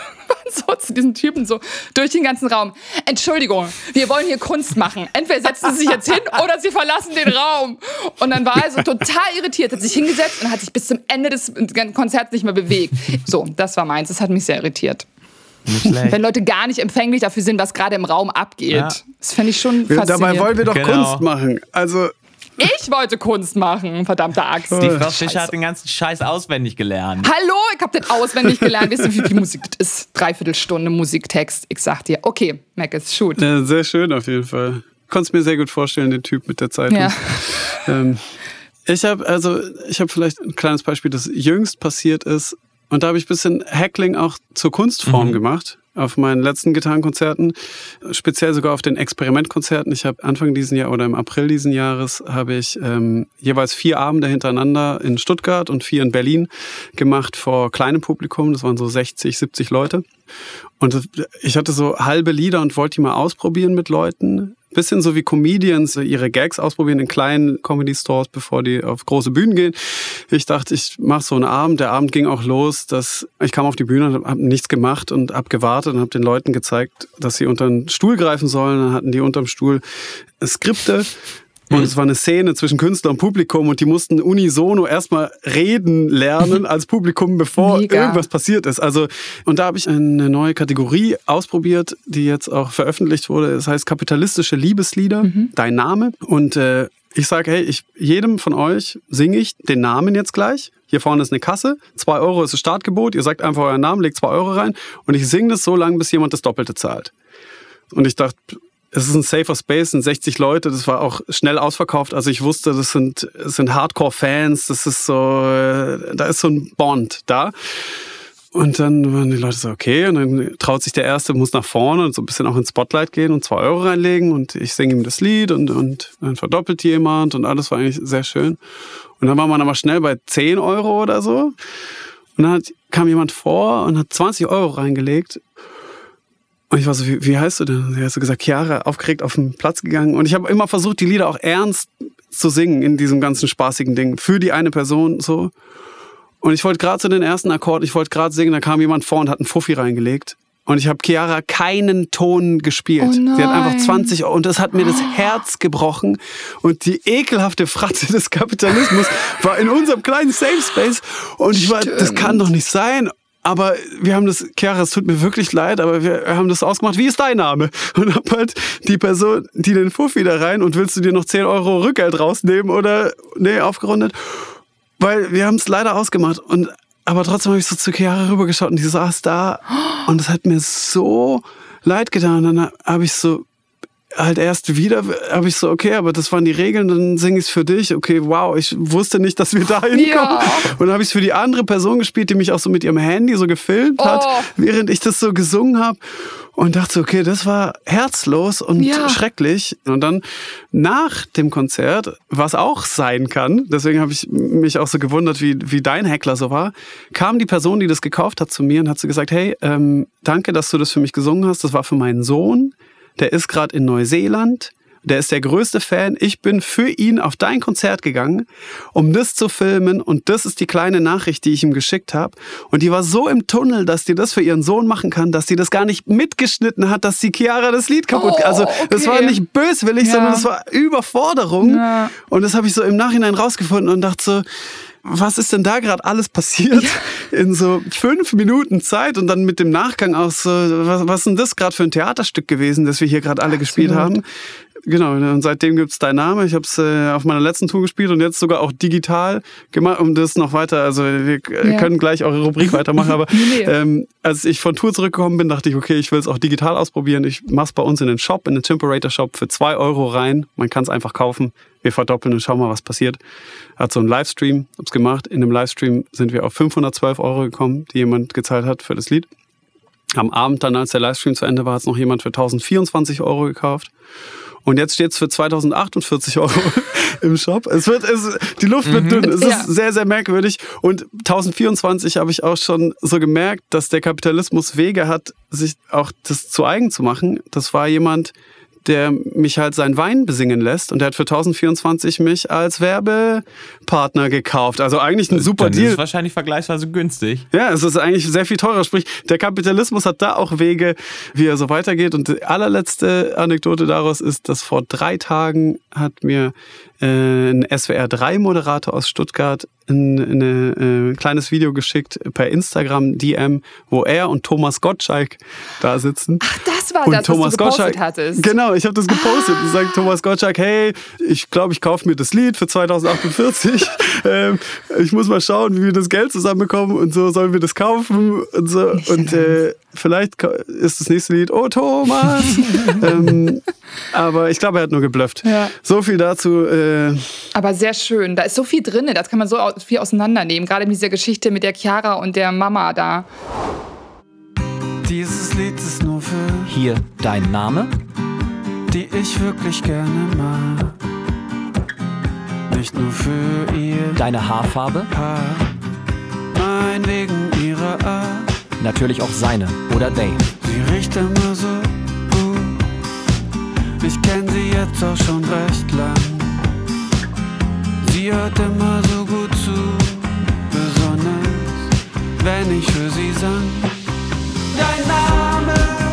so zu diesem Typen so durch den ganzen Raum, Entschuldigung, wir wollen hier Kunst machen. Entweder setzen Sie sich jetzt hin oder Sie verlassen den Raum. Und dann war er so total irritiert, hat sich hingesetzt und hat sich bis zum Ende des Konzerts nicht mehr bewegt. So, das war meins. Das hat mich sehr irritiert. Wenn Leute gar nicht empfänglich dafür sind, was gerade im Raum abgeht. Ja. Das fände ich schon faszinierend. Dabei wollen wir doch Kunst machen. Also ich wollte Kunst machen, verdammte Axt. Die Frau Fischer hat den ganzen Scheiß auswendig gelernt. Hallo, ich habe den auswendig gelernt. Wisst ihr, wie viel Musik das ist? 3/4 Stunde Musiktext. Ich sag dir. Okay, Mac ist shoot. Ja, sehr schön auf jeden Fall. konnte es mir sehr gut vorstellen, den Typ mit der Zeitung. Ja. Ich habe vielleicht ein kleines Beispiel, das jüngst passiert ist. Und da habe ich ein bisschen Hackling auch zur Kunstform gemacht. Auf meinen letzten Gitarrenkonzerten, speziell sogar auf den Experimentkonzerten. Ich habe Anfang diesen Jahr oder im April diesen Jahres habe ich jeweils 4 Abende hintereinander in Stuttgart und 4 in Berlin gemacht vor kleinem Publikum. Das waren so 60, 70 Leute. Und ich hatte so halbe Lieder und wollte die mal ausprobieren mit Leuten. Bisschen so wie Comedians ihre Gags ausprobieren in kleinen Comedy-Stores, bevor die auf große Bühnen gehen. Ich dachte, ich mache so einen Abend. Der Abend ging auch los, dass ich kam auf die Bühne und habe nichts gemacht und habe gewartet und habe den Leuten gezeigt, dass sie unter den Stuhl greifen sollen. Dann hatten die unterm Stuhl Skripte. Und es war eine Szene zwischen Künstler und Publikum und die mussten unisono erstmal reden lernen als Publikum, bevor irgendwas passiert ist. Also, und da habe ich eine neue Kategorie ausprobiert, die jetzt auch veröffentlicht wurde. Das heißt kapitalistische Liebeslieder, Dein Name. Und ich sage, hey, jedem von euch singe ich den Namen jetzt gleich. Hier vorne ist eine Kasse, 2 € ist das Startgebot. Ihr sagt einfach euren Namen, legt 2 € rein und ich singe das so lange, bis jemand das Doppelte zahlt. Und ich dachte, es ist ein safer Space, sind 60 Leute, das war auch schnell ausverkauft. Also ich wusste, das sind Hardcore-Fans, das ist so, da ist so ein Bond da. Und dann waren die Leute so, okay, und dann traut sich der Erste, muss nach vorne und so ein bisschen auch ins Spotlight gehen und 2 € reinlegen und ich singe ihm das Lied und dann verdoppelt jemand und alles war eigentlich sehr schön. Und dann war man aber schnell bei 10 € oder so. Und dann kam jemand vor und hat 20 € reingelegt. Und ich war so, wie heißt du denn? Er hat so gesagt, Chiara, aufgeregt auf den Platz gegangen. Und ich habe immer versucht, die Lieder auch ernst zu singen in diesem ganzen spaßigen Ding. Für die eine Person so. Und ich wollte gerade so den ersten Akkord, ich wollte gerade singen, da kam jemand vor und hat einen Fuffi reingelegt. Und ich habe Chiara keinen Ton gespielt. Sie hat einfach 20 € und das hat mir das Herz gebrochen. Und die ekelhafte Fratze des Kapitalismus war in unserem kleinen Safe Space. Und ich war, das kann doch nicht sein. Aber wir haben das, Chiara, es tut mir wirklich leid, aber wir haben das ausgemacht. Wie ist dein Name? Und hab halt die Person, die den Fuffi da rein und willst du dir noch 10 € Rückgeld rausnehmen oder, nee, aufgerundet? Weil wir haben es leider ausgemacht. Aber trotzdem habe ich so zu Chiara rübergeschaut und die saß da und das hat mir so leid getan. Und dann habe ich so, halt erst wieder, habe ich so, okay, aber das waren die Regeln, dann singe ich es für dich. Okay, wow, ich wusste nicht, dass wir da hinkommen. Ja. Und dann habe ich es für die andere Person gespielt, die mich auch so mit ihrem Handy so gefilmt hat, während ich das so gesungen habe. Und dachte so, okay, das war herzlos und schrecklich. Und dann nach dem Konzert, was auch sein kann, deswegen habe ich mich auch so gewundert, wie dein Heckler so war, kam die Person, die das gekauft hat, zu mir und hat so gesagt, hey, danke, dass du das für mich gesungen hast. Das war für meinen Sohn. Der ist gerade in Neuseeland. Der ist der größte Fan. Ich bin für ihn auf dein Konzert gegangen, um das zu filmen. Und das ist die kleine Nachricht, die ich ihm geschickt habe. Und die war so im Tunnel, dass die das für ihren Sohn machen kann, dass sie das gar nicht mitgeschnitten hat, dass die Chiara das Lied kaputt... Also das war nicht böswillig, sondern das war Überforderung. Ja. Und das habe ich so im Nachhinein rausgefunden und dachte so... Was ist denn da gerade alles passiert in so 5 Minuten Zeit und dann mit dem Nachgang auch so, was ist denn das gerade für ein Theaterstück gewesen, das wir hier gerade alle gespielt haben? Genau, und seitdem gibt's Dein Name. Ich habe es auf meiner letzten Tour gespielt und jetzt sogar auch digital gemacht, um das noch weiter, also wir können gleich eure Rubrik weitermachen, aber als ich von Tour zurückgekommen bin, dachte ich, okay, ich will es auch digital ausprobieren. Ich mach's bei uns in den Shop, in den Timperator Shop für 2 € rein. Man kann es einfach kaufen. Wir verdoppeln und schauen mal, was passiert. Hat so einen Livestream, hab's gemacht. In dem Livestream sind wir auf 512 € gekommen, die jemand gezahlt hat für das Lied. Am Abend dann, als der Livestream zu Ende war, hat es noch jemand für 1024 € gekauft. Und jetzt steht es für 2048 € im Shop. Die Luft wird dünn. Es ist sehr, sehr merkwürdig. Und 1024 habe ich auch schon so gemerkt, dass der Kapitalismus Wege hat, sich auch das zu eigen zu machen. Das war jemand, der mich halt seinen Wein besingen lässt und der hat für 1024 mich als Werbepartner gekauft. Also eigentlich ein super Deal. Das ist wahrscheinlich vergleichsweise günstig. Ja, es ist eigentlich sehr viel teurer. Sprich, der Kapitalismus hat da auch Wege, wie er so weitergeht. Und die allerletzte Anekdote daraus ist, dass vor 3 Tagen hat mir ein SWR3-Moderator aus Stuttgart ein kleines Video geschickt per Instagram DM, wo er und Thomas Gottschalk da sitzen. Ach, das war und das, Thomas was du gepostet hattest. Genau, ich habe das gepostet und sagt Thomas Gottschalk, hey, ich glaube, ich kaufe mir das Lied für 2048. Ich muss mal schauen, wie wir das Geld zusammenbekommen und so, sollen wir das kaufen und so. Und vielleicht ist das nächste Lied, oh Thomas. Aber ich glaube, er hat nur geblufft. Ja. So viel dazu. Aber sehr schön. Da ist so viel drin. Das kann man so viel auseinandernehmen. Gerade mit dieser Geschichte mit der Chiara und der Mama da. Dieses Lied ist nur für Hier dein Name? die ich wirklich gerne mag. Nicht nur für ihr Deine Haarfarbe? Haar, nein, wegen ihrer Art. Natürlich auch seine oder Dave. Sie riecht immer so gut. Ich kenn sie jetzt auch schon recht lang. Sie hört immer so gut zu, besonders wenn ich für sie sang. Dein Name,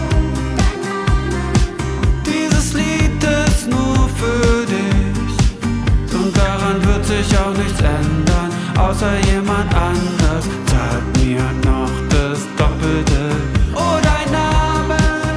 dieses Lied ist nur für dich. Und daran wird sich auch nichts ändern, außer jemand anders zahlt mir noch das Doppelte. Oh, dein Name,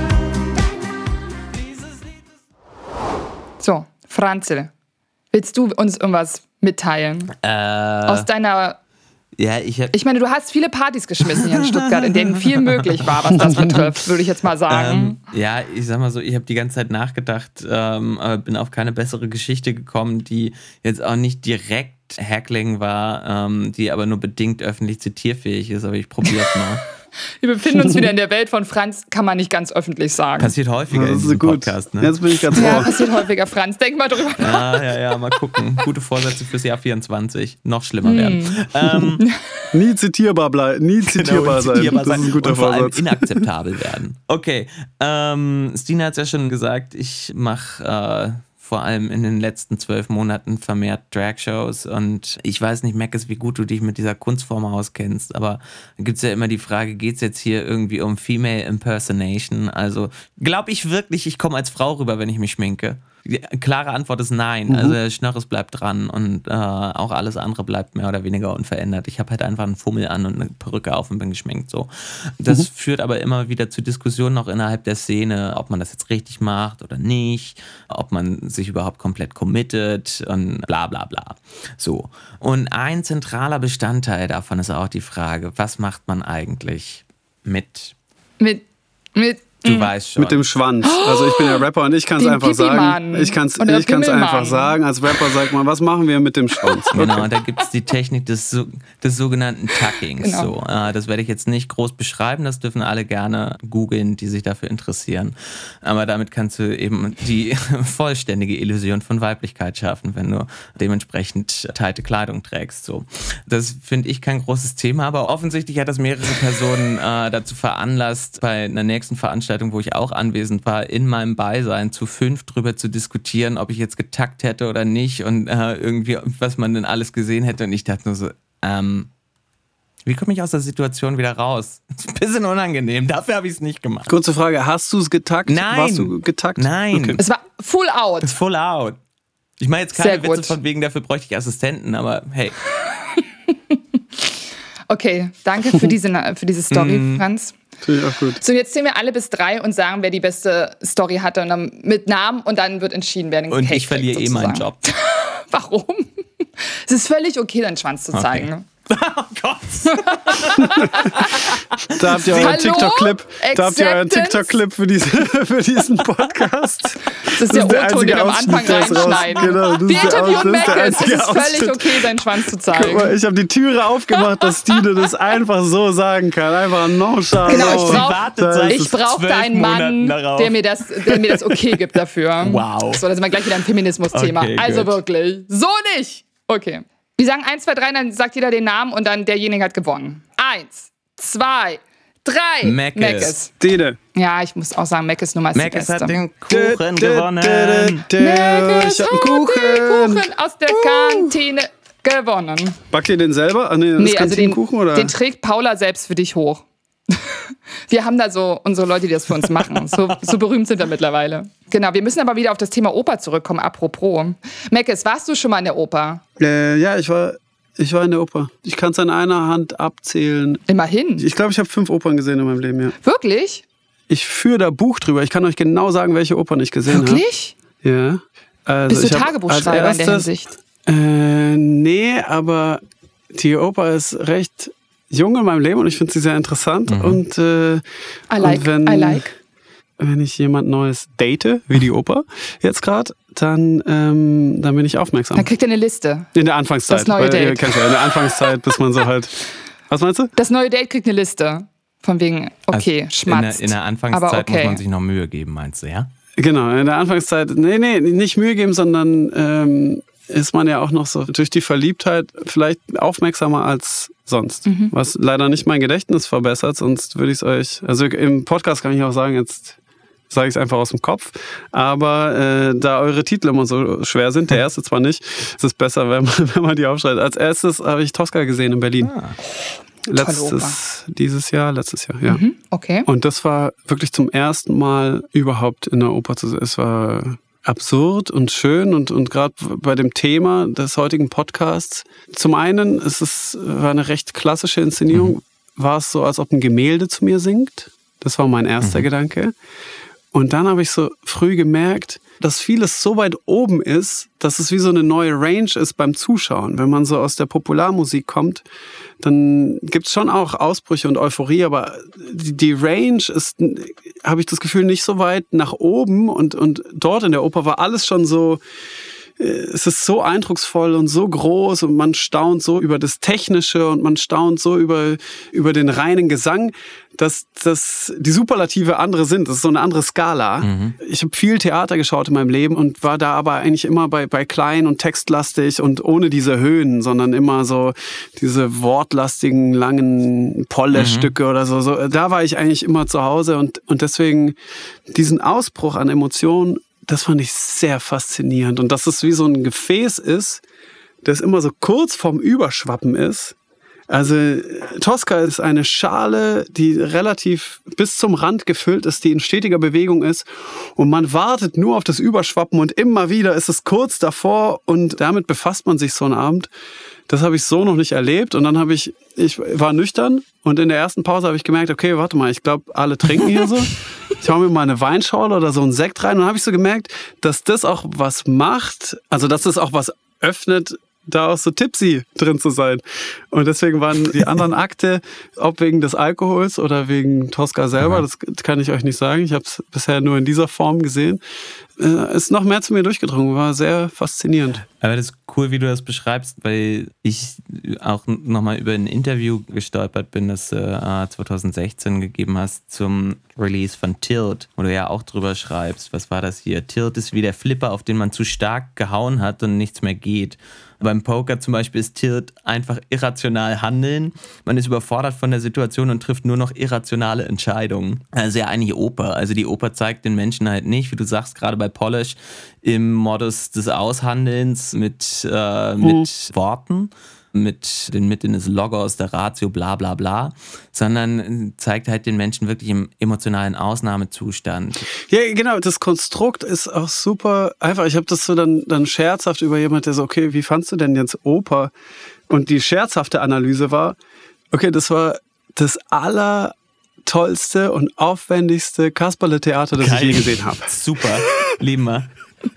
dieses Lied ist... So, Franzl, willst du uns irgendwas mitteilen? Aus deiner... Ja, Ich meine, du hast viele Partys geschmissen hier in Stuttgart, in denen viel möglich war, was das betrifft, würde ich jetzt mal sagen. Ja, ich sag mal so, ich habe die ganze Zeit nachgedacht, aber bin auf keine bessere Geschichte gekommen, die jetzt auch nicht direkt Hackling war, die aber nur bedingt öffentlich zitierfähig ist, aber ich probiere es mal. Wir befinden uns wieder in der Welt von Franz, kann man nicht ganz öffentlich sagen. Passiert häufiger in diesem Podcast, ne? Jetzt bin ich ganz Ja, froh. passiert häufiger, Franz. Denk mal drüber nach. Ja, mal gucken. Gute Vorsätze fürs Jahr 24. Noch schlimmer werden. Nie zitierbar bleiben. Nie zitierbar sein. Das ist ein guter und vor allem Vorsatz. inakzeptabel werden. Okay, Stina hat es ja schon gesagt, ich mache vor allem in den letzten 12 Monaten vermehrt Drag-Shows und ich weiß nicht, Meckes, wie gut du dich mit dieser Kunstform auskennst, aber da gibt es ja immer die Frage, geht es jetzt hier irgendwie um Female Impersonation? Also glaube ich wirklich, ich komme als Frau rüber, wenn ich mich schminke? Die klare Antwort ist nein. Also der Schnörres bleibt dran und auch alles andere bleibt mehr oder weniger unverändert. Ich habe halt einfach einen Fummel an und eine Perücke auf und bin geschminkt. So. Das führt aber immer wieder zu Diskussionen auch innerhalb der Szene, ob man das jetzt richtig macht oder nicht, ob man sich überhaupt komplett committet und bla bla bla. So. Und ein zentraler Bestandteil davon ist auch die Frage, was macht man eigentlich mit? Du weißt schon. Mit dem Schwanz. Also ich bin ja Rapper und ich kann es Den einfach sagen. Pipi-Mann. Ich kann es Oder einfach Pimmelmann. sagen. Als Rapper sagt man, was machen wir mit dem Schwanz? Genau, und da gibt es die Technik des sogenannten Tuckings. Genau. So, das werde ich jetzt nicht groß beschreiben, das dürfen alle gerne googeln, die sich dafür interessieren. Aber damit kannst du eben die vollständige Illusion von Weiblichkeit schaffen, wenn du dementsprechend teilte Kleidung trägst. So. Das finde ich kein großes Thema, aber offensichtlich hat das mehrere Personen dazu veranlasst, bei einer nächsten Veranstaltung, wo ich auch anwesend war, in meinem Beisein zu 5 drüber zu diskutieren, ob ich jetzt getackt hätte oder nicht und irgendwie, was man denn alles gesehen hätte. Und ich dachte nur so, wie komme ich aus der Situation wieder raus? Das ist ein bisschen unangenehm, dafür habe ich es nicht gemacht. Kurze Frage, hast du es getackt? Nein. Warst du getackt? Nein. Okay. Es war full out. Das ist full out. Ich meine jetzt Sehr keine Witze gut. von wegen, dafür bräuchte ich Assistenten, aber hey. Okay, danke für diese Story, Franz. Finde ich auch gut. So, jetzt zählen wir alle bis 3 und sagen, wer die beste Story hatte und dann mit Namen und dann wird entschieden, wer den Und Cake ich verliere kriegt, meinen sozusagen. Job. Warum? Es ist völlig okay, deinen Schwanz zu zeigen. Oh Gott. Da habt ihr euren Hallo? TikTok-Clip. Da habt ihr euren Acceptance? TikTok-Clip für diesen Podcast. Das ist der O-Ton, den wir am Anfang Ausschnitt, der ist raus. reinschneiden. Genau, das Wir ist der interviewen das ist der Meckes. Es einzige ist völlig Ausschnitt. okay, seinen Schwanz zu Guck zeigen. mal, ich habe die Türe aufgemacht, dass Stine das einfach so sagen kann. Einfach nonchalant. Genau, ich Sie brauch- wartet seit Ich brauche 12 deinen Mann, Monaten darauf. der mir das okay gibt dafür. Wow. So, da sind wir gleich wieder im Feminismus-Thema. Okay, Also gut. wirklich. So nicht. Okay. Wir sagen 1, 2, 3, dann sagt jeder den Namen und dann derjenige hat gewonnen. 1, 2, 3. Meckes. Stine. Ja, ich muss auch sagen, Meckes Nummer ist die Meckes beste. hat den Kuchen gewonnen. Ich Meckes hab hat einen den Kuchen aus der Kantine gewonnen. Backt ihr den selber? Ah, nee, das ist also Kantinenkuchen, oder? den trägt Paula selbst für dich hoch. Wir haben da so unsere Leute, die das für uns machen. So berühmt sind wir mittlerweile. Genau, wir müssen aber wieder auf das Thema Oper zurückkommen, apropos. Meckes, warst du schon mal in der Oper? Ja, ich war in der Oper. Ich kann es an einer Hand abzählen. Immerhin. Ich glaube, ich habe 5 Opern gesehen in meinem Leben, ja. Wirklich? Ich führe da Buch drüber. Ich kann euch genau sagen, welche Opern ich gesehen habe. Wirklich? Ja. Also Bist du ich hab Tagebuchschreiber als in der erstes- Hinsicht? Nee, aber die Oper ist recht jung in meinem Leben und ich finde sie sehr interessant. Und, I like. wenn ich jemand Neues date, wie die Oper jetzt gerade, dann bin ich aufmerksam. Dann kriegt ihr eine Liste. In der Anfangszeit. Das neue Date. Kennst du ja, in der Anfangszeit, bis man so halt... Was meinst du? Das neue Date kriegt eine Liste. Von wegen, okay, also schmatzt. In der Anfangszeit aber okay. muss man sich noch Mühe geben, meinst du, ja? Genau, in der Anfangszeit, nee, nicht Mühe geben, sondern ist man ja auch noch so durch die Verliebtheit vielleicht aufmerksamer als sonst. Was leider nicht mein Gedächtnis verbessert, sonst würde ich es euch, also im Podcast kann ich auch sagen, jetzt sage ich es einfach aus dem Kopf, aber da eure Titel immer so schwer sind, der erste zwar nicht, ist es besser, wenn man die aufschreibt. Als erstes habe ich Tosca gesehen in Berlin. Letztes Jahr, ja. Okay. Und das war wirklich zum ersten Mal überhaupt in der Oper zu sehen. Es war absurd und schön und gerade bei dem Thema des heutigen Podcasts. Zum einen, war eine recht klassische Inszenierung. War es so, als ob ein Gemälde zu mir singt. Das war mein erster Gedanke. Und dann habe ich so früh gemerkt, dass vieles so weit oben ist, dass es wie so eine neue Range ist beim Zuschauen. Wenn man so aus der Popularmusik kommt, dann gibt es schon auch Ausbrüche und Euphorie, aber die Range ist, habe ich das Gefühl, nicht so weit nach oben und dort in der Oper war alles schon so, es ist so eindrucksvoll und so groß und man staunt so über das Technische und man staunt so über den reinen Gesang, dass die Superlative andere sind. Das ist so eine andere Skala. Ich habe viel Theater geschaut in meinem Leben und war da aber eigentlich immer bei klein und textlastig und ohne diese Höhen, sondern immer so diese wortlastigen, langen Polle-Stücke oder so. Da war ich eigentlich immer zu Hause und deswegen diesen Ausbruch an Emotionen, das fand ich sehr faszinierend. Und dass es wie so ein Gefäß ist, das immer so kurz vorm Überschwappen ist. Also Tosca ist eine Schale, die relativ bis zum Rand gefüllt ist, die in stetiger Bewegung ist. Und man wartet nur auf das Überschwappen und immer wieder ist es kurz davor und damit befasst man sich so einen Abend. Das habe ich so noch nicht erlebt. Und dann ich war nüchtern und in der ersten Pause habe ich gemerkt, okay, warte mal, ich glaube, alle trinken hier so. Ich hau mir mal eine Weinschorle oder so einen Sekt rein und dann habe ich so gemerkt, dass das auch was macht, also dass das auch was öffnet, da auch so tipsy drin zu sein. Und deswegen waren die anderen Akte, ob wegen des Alkohols oder wegen Tosca selber, das kann ich euch nicht sagen. Ich habe es bisher nur in dieser Form gesehen. Ist noch mehr zu mir durchgedrungen, war sehr faszinierend. Aber das ist cool, wie du das beschreibst, weil ich auch nochmal über ein Interview gestolpert bin, das du 2016 gegeben hast zum Release von Tilt, wo du ja auch drüber schreibst. Was war das hier? Tilt ist wie der Flipper, auf den man zu stark gehauen hat und nichts mehr geht. Beim Poker zum Beispiel ist Tilt einfach irrational handeln. Man ist überfordert von der Situation und trifft nur noch irrationale Entscheidungen. Also ja eigentlich Oper. Also die Oper zeigt den Menschen halt nicht, wie du sagst, gerade bei Polish, im Modus des Aushandelns mit Worten, mit den Mitteln des Logos, der Ratio, bla bla bla, sondern zeigt halt den Menschen wirklich im emotionalen Ausnahmezustand. Ja, genau, das Konstrukt ist auch super einfach. Ich habe das so dann scherzhaft über jemand, der so, okay, wie fandst du denn jetzt Oper? Und die scherzhafte Analyse war, okay, das war das allertollste und aufwendigste Kasperle-Theater, das ich je gesehen habe. Super, lieben wir.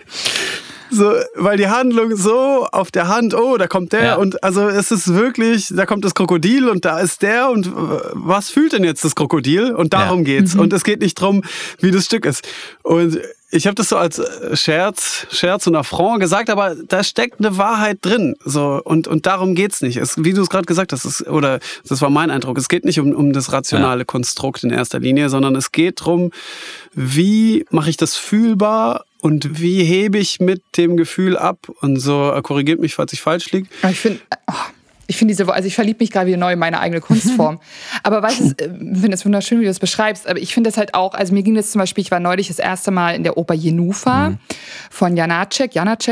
So, weil die Handlung so auf der Hand, oh, da kommt der und also es ist wirklich, da kommt das Krokodil und da ist der und was fühlt denn jetzt das Krokodil? Und darum geht's. Und es geht nicht drum, wie das Stück ist. Und ich habe das so als Scherz und Affront gesagt, aber da steckt eine Wahrheit drin. So, und darum geht's nicht. Wie du es gerade gesagt hast, das war mein Eindruck, es geht nicht um das rationale Konstrukt in erster Linie, sondern es geht darum, wie mache ich das fühlbar und wie hebe ich mit dem Gefühl ab? Und so, korrigiert mich, falls ich falsch liege. Ich verliebe mich gerade wieder neu in meine eigene Kunstform. Aber ich finde es wunderschön, wie du das beschreibst. Aber ich finde das halt auch, also mir ging das zum Beispiel, ich war neulich das erste Mal in der Oper Jenufa von Janacek.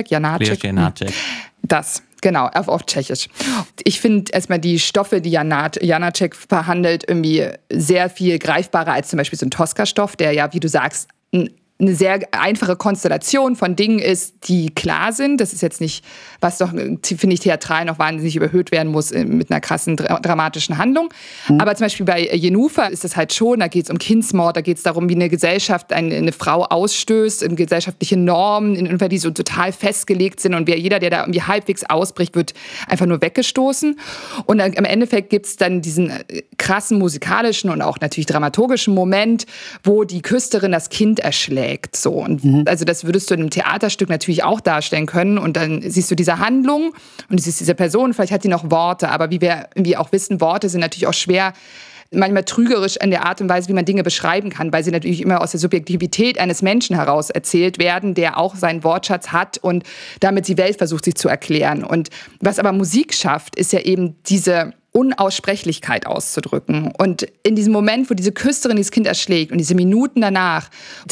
Das, genau, auf Tschechisch. Ich finde erstmal die Stoffe, die Janacek behandelt, irgendwie sehr viel greifbarer als zum Beispiel so ein Tosca-Stoff, der ja, wie du sagst, ein eine sehr einfache Konstellation von Dingen ist, die klar sind. Das ist jetzt nicht, was doch, finde ich, theatral noch wahnsinnig überhöht werden muss mit einer krassen, dramatischen Handlung. Aber zum Beispiel bei Jennifer ist das halt schon, da geht es um Kindsmord, da geht es darum, wie eine Gesellschaft eine Frau ausstößt, in gesellschaftliche Normen, die so total festgelegt sind und jeder, der da irgendwie halbwegs ausbricht, wird einfach nur weggestoßen. Und dann, im Endeffekt gibt es dann diesen krassen musikalischen und auch natürlich dramaturgischen Moment, wo die Küsterin das Kind erschlägt. So. Und also das würdest du in einem Theaterstück natürlich auch darstellen können. Und dann siehst du diese Handlung und du siehst diese Person, vielleicht hat die noch Worte, aber wie wir irgendwie auch wissen, Worte sind natürlich auch schwer, manchmal trügerisch in der Art und Weise, wie man Dinge beschreiben kann, weil sie natürlich immer aus der Subjektivität eines Menschen heraus erzählt werden, der auch seinen Wortschatz hat und damit die Welt versucht, sich zu erklären. Und was aber Musik schafft, ist ja eben diese Unaussprechlichkeit auszudrücken. Und in diesem Moment, wo diese Küsterin dieses Kind erschlägt und diese Minuten danach,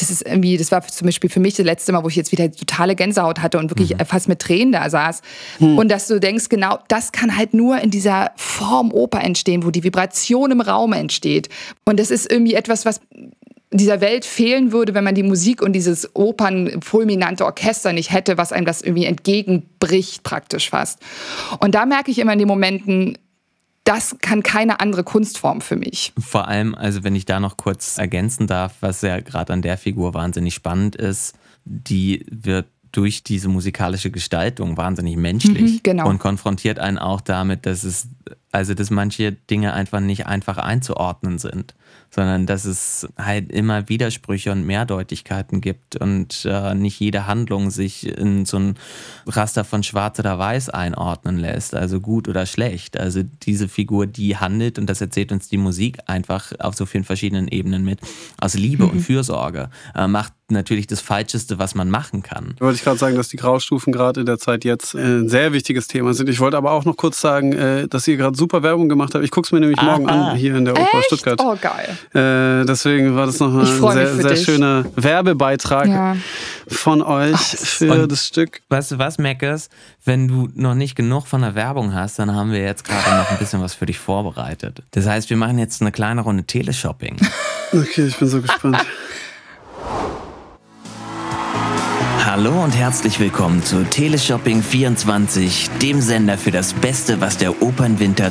das war zum Beispiel für mich das letzte Mal, wo ich jetzt wieder totale Gänsehaut hatte und wirklich fast mit Tränen da saß. Und dass du denkst, genau, das kann halt nur in dieser Form Oper entstehen, wo die Vibration im Raum entsteht. Und das ist irgendwie etwas, was dieser Welt fehlen würde, wenn man die Musik und dieses opernfulminante Orchester nicht hätte, was einem das irgendwie entgegenbricht praktisch fast. Und da merke ich immer in den Momenten, das kann keine andere Kunstform für mich. Vor allem, also wenn ich da noch kurz ergänzen darf, was ja gerade an der Figur wahnsinnig spannend ist, die wird durch diese musikalische Gestaltung wahnsinnig menschlich und konfrontiert einen auch damit, dass manche Dinge einfach nicht einfach einzuordnen sind, sondern dass es halt immer Widersprüche und Mehrdeutigkeiten gibt und nicht jede Handlung sich in so ein Raster von Schwarz oder Weiß einordnen lässt, also gut oder schlecht. Also diese Figur, die handelt, und das erzählt uns die Musik einfach auf so vielen verschiedenen Ebenen mit, aus Liebe und Fürsorge, macht natürlich das Falscheste, was man machen kann. Wollte ich gerade sagen, dass die Graustufen gerade in der Zeit jetzt ein sehr wichtiges Thema sind. Ich wollte aber auch noch kurz sagen, dass ihr gerade super Werbung gemacht habt. Ich gucke es mir nämlich morgen an, hier in der Oper Stuttgart. Oh, geil. Deswegen war das nochmal ein sehr schöner Werbebeitrag von euch für das Stück. Weißt du was, Meckes? Wenn du noch nicht genug von der Werbung hast, dann haben wir jetzt gerade noch ein bisschen was für dich vorbereitet. Das heißt, wir machen jetzt eine kleine Runde Teleshopping. Okay, ich bin so gespannt. Hallo und herzlich willkommen zu Teleshopping 24, dem Sender für das Beste, was der Opernwinter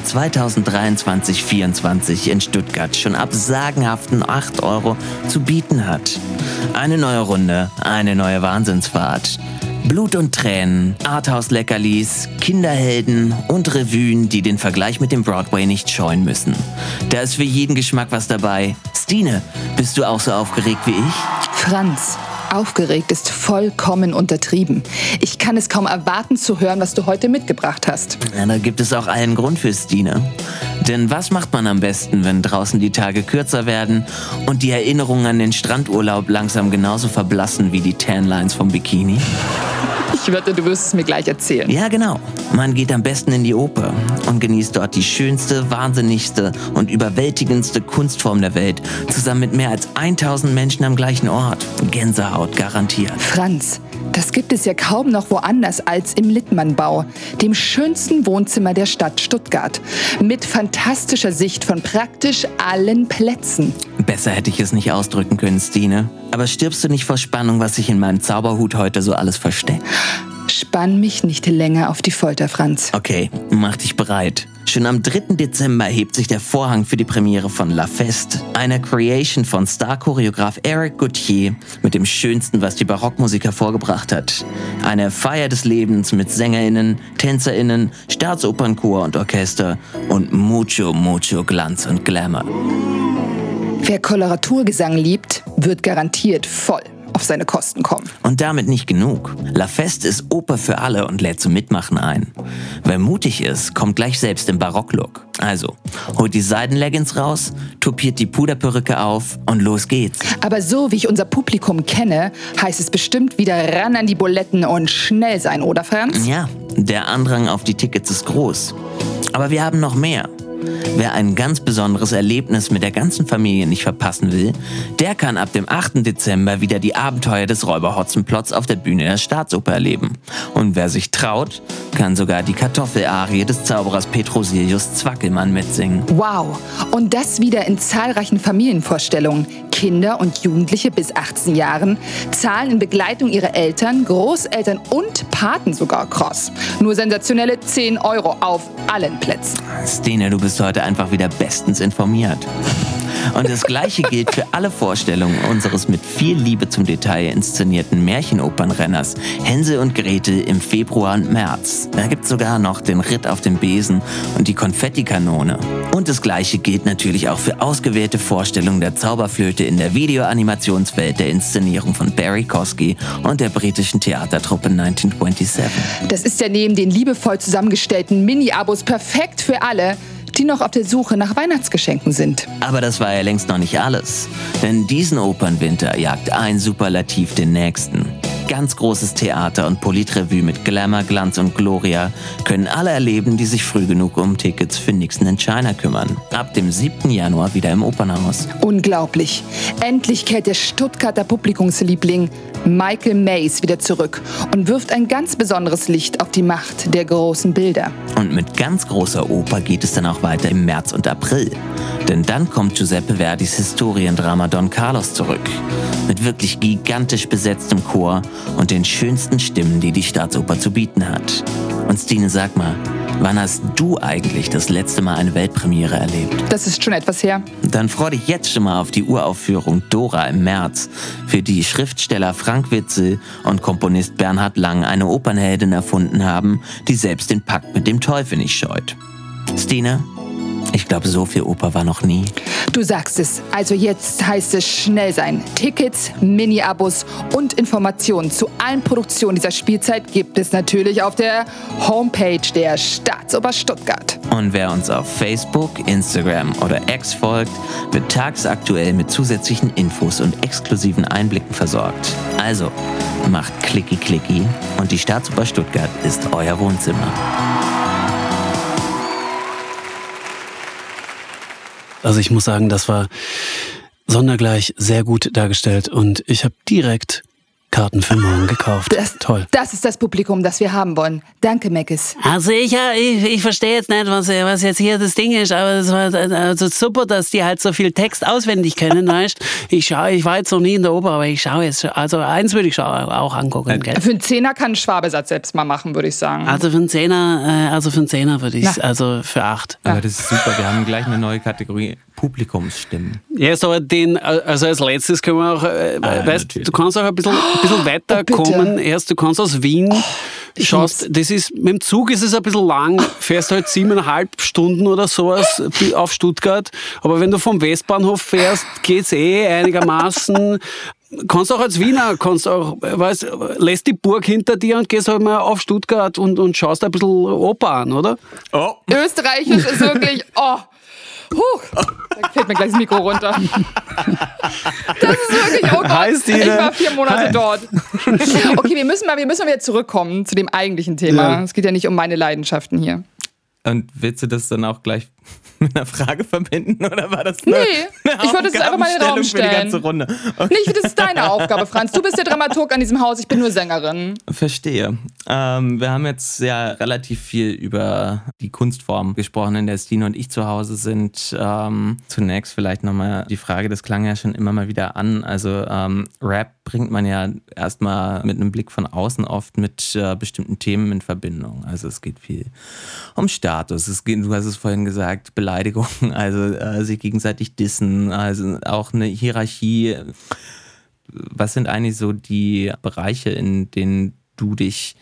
2023-24 in Stuttgart schon ab sagenhaften 8 € zu bieten hat. Eine neue Runde, eine neue Wahnsinnsfahrt. Blut und Tränen, Arthouse-Leckerlis, Kinderhelden und Revuen, die den Vergleich mit dem Broadway nicht scheuen müssen. Da ist für jeden Geschmack was dabei. Stine, bist du auch so aufgeregt wie ich? Franz, aufgeregt ist vollkommen untertrieben. Ich kann es kaum erwarten zu hören, was du heute mitgebracht hast. Ja, da gibt es auch einen Grund für Stine. Denn was macht man am besten, wenn draußen die Tage kürzer werden und die Erinnerungen an den Strandurlaub langsam genauso verblassen wie die Tanlines vom Bikini? Ich wette, du wirst es mir gleich erzählen. Ja, genau. Man geht am besten in die Oper und genießt dort die schönste, wahnsinnigste und überwältigendste Kunstform der Welt, zusammen mit mehr als 1000 Menschen am gleichen Ort. Gänsehaut garantiert. Franz, das gibt es ja kaum noch woanders als im Littmannbau, dem schönsten Wohnzimmer der Stadt Stuttgart, mit fantastischer Sicht von praktisch allen Plätzen. Besser hätte ich es nicht ausdrücken können, Stine. Aber stirbst du nicht vor Spannung, was sich in meinem Zauberhut heute so alles versteckt? Spann mich nicht länger auf die Folter, Franz. Okay, mach dich bereit. Schon am 3. Dezember hebt sich der Vorhang für die Premiere von La Feste, einer Creation von Star-Choreograf Eric Gauthier mit dem Schönsten, was die Barockmusik hervorgebracht hat. Eine Feier des Lebens mit SängerInnen, TänzerInnen, Staatsopernchor und Orchester und mucho Glanz und Glamour. Wer Koloraturgesang liebt, wird garantiert voll auf seine Kosten kommen. Und damit nicht genug. La Feste ist Oper für alle und lädt zum Mitmachen ein. Wer mutig ist, kommt gleich selbst im Barocklook. Also, holt die Seidenleggings raus, topiert die Puderperücke auf und los geht's. Aber so wie ich unser Publikum kenne, heißt es bestimmt wieder ran an die Buletten und schnell sein, oder Franz? Ja, der Andrang auf die Tickets ist groß. Aber wir haben noch mehr. Wer ein ganz besonderes Erlebnis mit der ganzen Familie nicht verpassen will, der kann ab dem 8. Dezember wieder die Abenteuer des Räuber Hotzenplotz auf der Bühne der Staatsoper erleben. Und wer sich traut, kann sogar die Kartoffelarie des Zauberers Petrosilius Zwackelmann mitsingen. Wow, und das wieder in zahlreichen Familienvorstellungen. Kinder und Jugendliche bis 18 Jahren zahlen in Begleitung ihrer Eltern, Großeltern und Paten sogar Cross. Nur sensationelle 10 € auf allen Plätzen. Stine, du bist heute einfach wieder bestens informiert. Und das Gleiche gilt für alle Vorstellungen unseres mit viel Liebe zum Detail inszenierten Märchenopernrenners Hänsel und Gretel im Februar und März. Da gibt's sogar noch den Ritt auf dem Besen und die Konfettikanone. Und das Gleiche gilt natürlich auch für ausgewählte Vorstellungen der Zauberflöte in der Videoanimationswelt der Inszenierung von Barry Kosky und der britischen Theatertruppe 1927. Das ist ja neben den liebevoll zusammengestellten Mini-Abos perfekt für alle, die noch auf der Suche nach Weihnachtsgeschenken sind. Aber das war ja längst noch nicht alles. Denn diesen Opernwinter jagt ein Superlativ den nächsten. Ganz großes Theater und Politrevue mit Glamour, Glanz und Gloria können alle erleben, die sich früh genug um Tickets für Nixon in China kümmern. Ab dem 7. Januar wieder im Opernhaus. Unglaublich. Endlich kehrt der Stuttgarter Publikumsliebling Michael Mays wieder zurück und wirft ein ganz besonderes Licht auf die Macht der großen Bilder. Und mit ganz großer Oper geht es dann auch weiter im März und April. Denn dann kommt Giuseppe Verdis Historiendrama Don Carlos zurück. Mit wirklich gigantisch besetztem Chor und den schönsten Stimmen, die die Staatsoper zu bieten hat. Und Stine, sag mal, wann hast du eigentlich das letzte Mal eine Weltpremiere erlebt? Das ist schon etwas her. Dann freu dich jetzt schon mal auf die Uraufführung Dora im März, für die Schriftsteller Frank Witzel und Komponist Bernhard Lang eine Opernheldin erfunden haben, die selbst den Pakt mit dem Teufel nicht scheut. Stine, ich glaube, so viel Oper war noch nie. Du sagst es. Also jetzt heißt es schnell sein. Tickets, Mini-Abos und Informationen zu allen Produktionen dieser Spielzeit gibt es natürlich auf der Homepage der Staatsoper Stuttgart. Und wer uns auf Facebook, Instagram oder X folgt, wird tagsaktuell mit zusätzlichen Infos und exklusiven Einblicken versorgt. Also, macht Klicki-Klicki und die Staatsoper Stuttgart ist euer Wohnzimmer. Also ich muss sagen, das war sondergleich sehr gut dargestellt und ich habe direkt Karten für morgen gekauft. Toll. Das ist das Publikum, das wir haben wollen. Danke, Meckes. Also ich verstehe jetzt nicht, was jetzt hier das Ding ist, aber es war also super, dass die halt so viel Text auswendig können, weißt? Ich war jetzt noch nie in der Oper, aber ich schaue jetzt, also eins würde ich auch angucken, gell? Für einen Zehner kann ein Schwabesatz selbst mal machen, würde ich sagen. Also für einen Zehner würde ich, also für 8. Aber das ist super, wir haben gleich eine neue Kategorie, Publikumsstimmen. Ja, ist aber also als letztes können wir auch, weißt, du kannst auch ein bisschen weiterkommen. Erst, du kannst aus Wien, schaust, das ist, mit dem Zug ist es ein bisschen lang, fährst halt 7,5 Stunden oder sowas auf Stuttgart, aber wenn du vom Westbahnhof fährst, geht's einigermaßen. Kannst auch als Wiener, lässt die Burg hinter dir und gehst halt mal auf Stuttgart und schaust ein bisschen Oper an, oder? Oh. Österreichisch ist wirklich, da fällt mir gleich das Mikro runter. Das ist wirklich, oh Gott, ich war 4 Monate dort. Okay, wir müssen mal wieder zurückkommen zu dem eigentlichen Thema. Ja. Es geht ja nicht um meine Leidenschaften hier. Und willst du das dann auch gleich mit einer Frage verbinden? Oder war das Ich wollte es einfach mal in den Raum stellen. Für die ganze Runde? Okay. Nicht, das ist deine Aufgabe, Franz. Du bist der Dramaturg an diesem Haus, ich bin nur Sängerin. Verstehe. Wir haben jetzt ja relativ viel über die Kunstform gesprochen, in der Stine und ich zu Hause sind. Zunächst vielleicht nochmal die Frage, das klang ja schon immer mal wieder an. Also Rap bringt man ja erstmal mit einem Blick von außen oft mit bestimmten Themen in Verbindung. Also es geht viel um Status, du hast es vorhin gesagt, Beleidigungen, also sich gegenseitig dissen, also auch eine Hierarchie. Was sind eigentlich so die Bereiche, in die du dich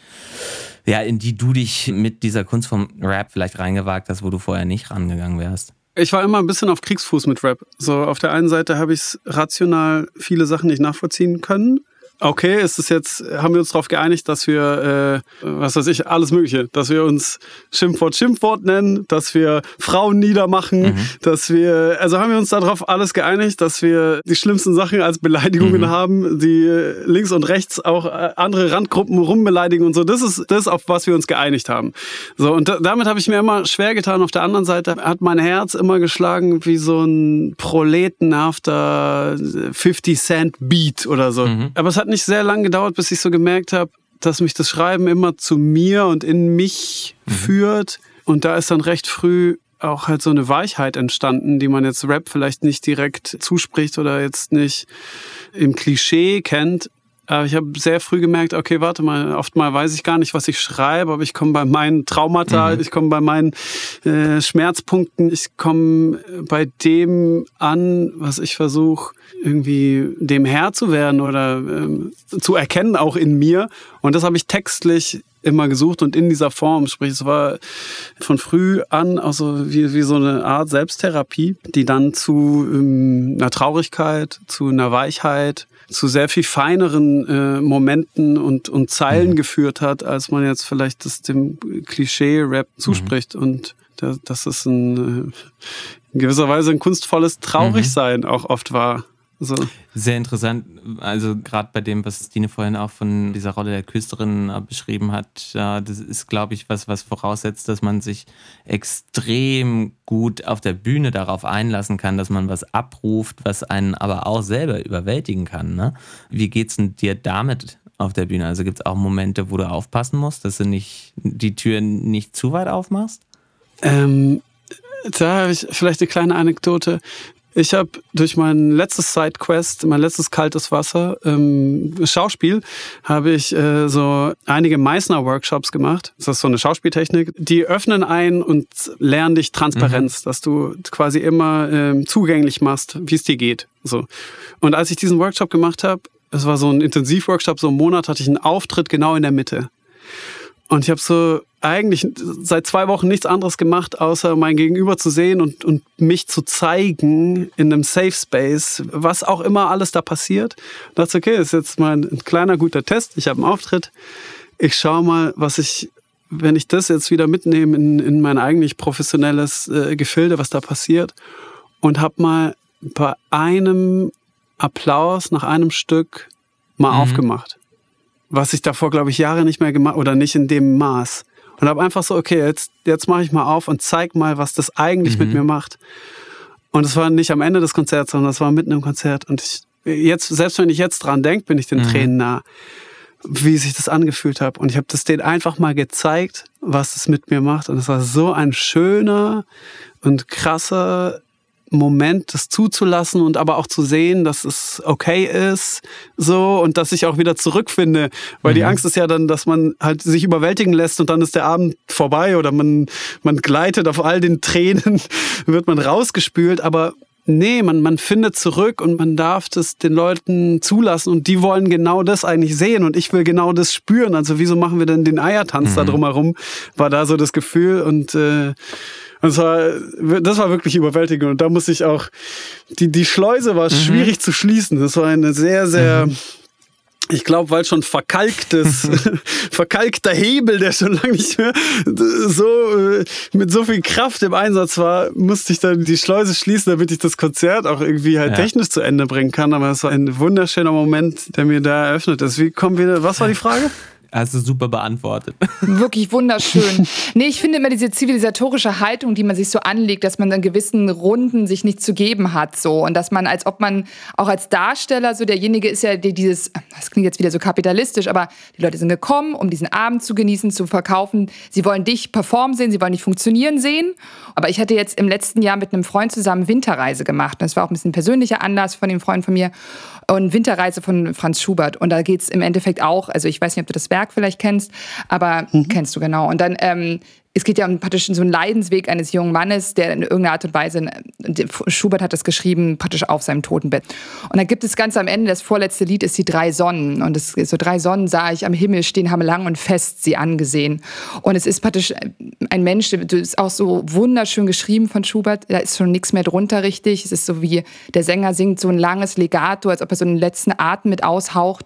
mit dieser Kunstform Rap vielleicht reingewagt hast, wo du vorher nicht rangegangen wärst? Ich war immer ein bisschen auf Kriegsfuß mit Rap. So, auf der einen Seite habe ich rational viele Sachen nicht nachvollziehen können. okay, haben wir uns darauf geeinigt, dass wir, alles Mögliche, dass wir uns Schimpfwort nennen, dass wir Frauen niedermachen, haben wir uns darauf alles geeinigt, dass wir die schlimmsten Sachen als Beleidigungen haben, die links und rechts auch andere Randgruppen rumbeleidigen und so. Das ist das, auf was wir uns geeinigt haben. So, und damit habe ich mir immer schwer getan. Auf der anderen Seite hat mein Herz immer geschlagen wie so ein proletenhafter 50-Cent-Beat oder so. Aber es hat nicht sehr lange gedauert, bis ich so gemerkt habe, dass mich das Schreiben immer zu mir und in mich führt. Und da ist dann recht früh auch halt so eine Weichheit entstanden, die man jetzt Rap vielleicht nicht direkt zuspricht oder jetzt nicht im Klischee kennt. Aber ich habe sehr früh gemerkt, okay, warte mal, oftmal weiß ich gar nicht, was ich schreibe, aber ich komme bei meinen Traumata, ich komme bei meinen Schmerzpunkten, ich komme bei dem an, was ich versuche, irgendwie dem Herr zu werden oder zu erkennen, auch in mir. Und das habe ich textlich immer gesucht und in dieser Form. Sprich, es war von früh an auch so wie so eine Art Selbsttherapie, die dann zu einer Traurigkeit, zu einer Weichheit, zu sehr viel feineren Momenten und Zeilen geführt hat, als man jetzt vielleicht das dem Klischee-Rap zuspricht. Und das ist in gewisser Weise ein kunstvolles Traurigsein auch oft war. So. Sehr interessant, also gerade bei dem, was Stine vorhin auch von dieser Rolle der Küsterin beschrieben hat, das ist, glaube ich, was voraussetzt, dass man sich extrem gut auf der Bühne darauf einlassen kann, dass man was abruft, was einen aber auch selber überwältigen kann. Ne? Wie geht's denn dir damit auf der Bühne? Also gibt es auch Momente, wo du aufpassen musst, dass du nicht die Türen nicht zu weit aufmachst? Da habe ich vielleicht eine kleine Anekdote. Ich habe durch mein letztes Sidequest, mein letztes kaltes Wasser, Schauspiel, habe ich so einige Meissner-Workshops gemacht. Das ist so eine Schauspieltechnik. Die öffnen ein und lernen dich Transparenz, dass du quasi immer zugänglich machst, wie es dir geht. So. Und als ich diesen Workshop gemacht habe, es war so ein Intensivworkshop, so einen Monat, hatte ich einen Auftritt genau in der Mitte. Und ich habe so eigentlich seit 2 Wochen nichts anderes gemacht, außer mein Gegenüber zu sehen und mich zu zeigen in einem Safe Space, was auch immer alles da passiert. Und dachte, okay, das ist jetzt mal ein kleiner, guter Test. Ich habe einen Auftritt. Ich schaue mal, wenn ich das jetzt wieder mitnehme in mein eigentlich professionelles Gefilde, was da passiert. Und habe mal bei einem Applaus nach einem Stück mal aufgemacht. Was ich davor, glaube ich, Jahre nicht mehr gemacht oder nicht in dem Maß. Und habe einfach so, okay, jetzt mache ich mal auf und zeig mal, was das eigentlich mit mir macht. Und es war nicht am Ende des Konzerts, sondern es war mitten im Konzert. Und selbst wenn ich jetzt dran denke, bin ich den Tränen nah, wie sich das angefühlt hat. Und ich habe das denen einfach mal gezeigt, was es mit mir macht. Und es war so ein schöner und krasser Moment, das zuzulassen und aber auch zu sehen, dass es okay ist, so, und dass ich auch wieder zurückfinde, weil die Angst ist ja dann, dass man halt sich überwältigen lässt und dann ist der Abend vorbei oder man gleitet auf all den Tränen, wird man rausgespült, aber nee, man findet zurück und man darf das den Leuten zulassen und die wollen genau das eigentlich sehen und ich will genau das spüren, also wieso machen wir denn den Eiertanz da drumherum, war da so das Gefühl und das war wirklich überwältigend und da muss ich auch, die Schleuse war schwierig zu schließen. Das war eine sehr, sehr, ich glaube, weil schon verkalkter Hebel, der schon lange nicht mehr so mit so viel Kraft im Einsatz war, musste ich dann die Schleuse schließen, damit ich das Konzert auch irgendwie halt technisch zu Ende bringen kann. Aber es war ein wunderschöner Moment, der mir da eröffnet ist. Was war die Frage? Hast du super beantwortet. Wirklich wunderschön. Nee, ich finde immer diese zivilisatorische Haltung, die man sich so anlegt, dass man in gewissen Runden sich nicht zu geben hat, so. Und dass man, als ob man auch als Darsteller so derjenige ist ja, der das klingt jetzt wieder so kapitalistisch, aber die Leute sind gekommen, um diesen Abend zu genießen, zu verkaufen. Sie wollen dich performen sehen, sie wollen dich funktionieren sehen. Aber ich hatte jetzt im letzten Jahr mit einem Freund zusammen Winterreise gemacht. Das war auch ein bisschen ein persönlicher Anlass von dem Freund von mir. Und Winterreise von Franz Schubert. Und da geht's im Endeffekt auch, also ich weiß nicht, ob du das Werk vielleicht kennst, aber kennst du genau. Und dann, es geht ja um praktisch so einen Leidensweg eines jungen Mannes, der in irgendeiner Art und Weise, Schubert hat das geschrieben, praktisch auf seinem Totenbett. Und da gibt es ganz am Ende, das vorletzte Lied ist die 3 Sonnen. Und es so 3 Sonnen sah ich am Himmel stehen, haben lang und fest sie angesehen. Und es ist praktisch ein Mensch, das ist auch so wunderschön geschrieben von Schubert, da ist schon nichts mehr drunter richtig. Es ist so wie, der Sänger singt so ein langes Legato, als ob er so einen letzten Atem mit aushaucht.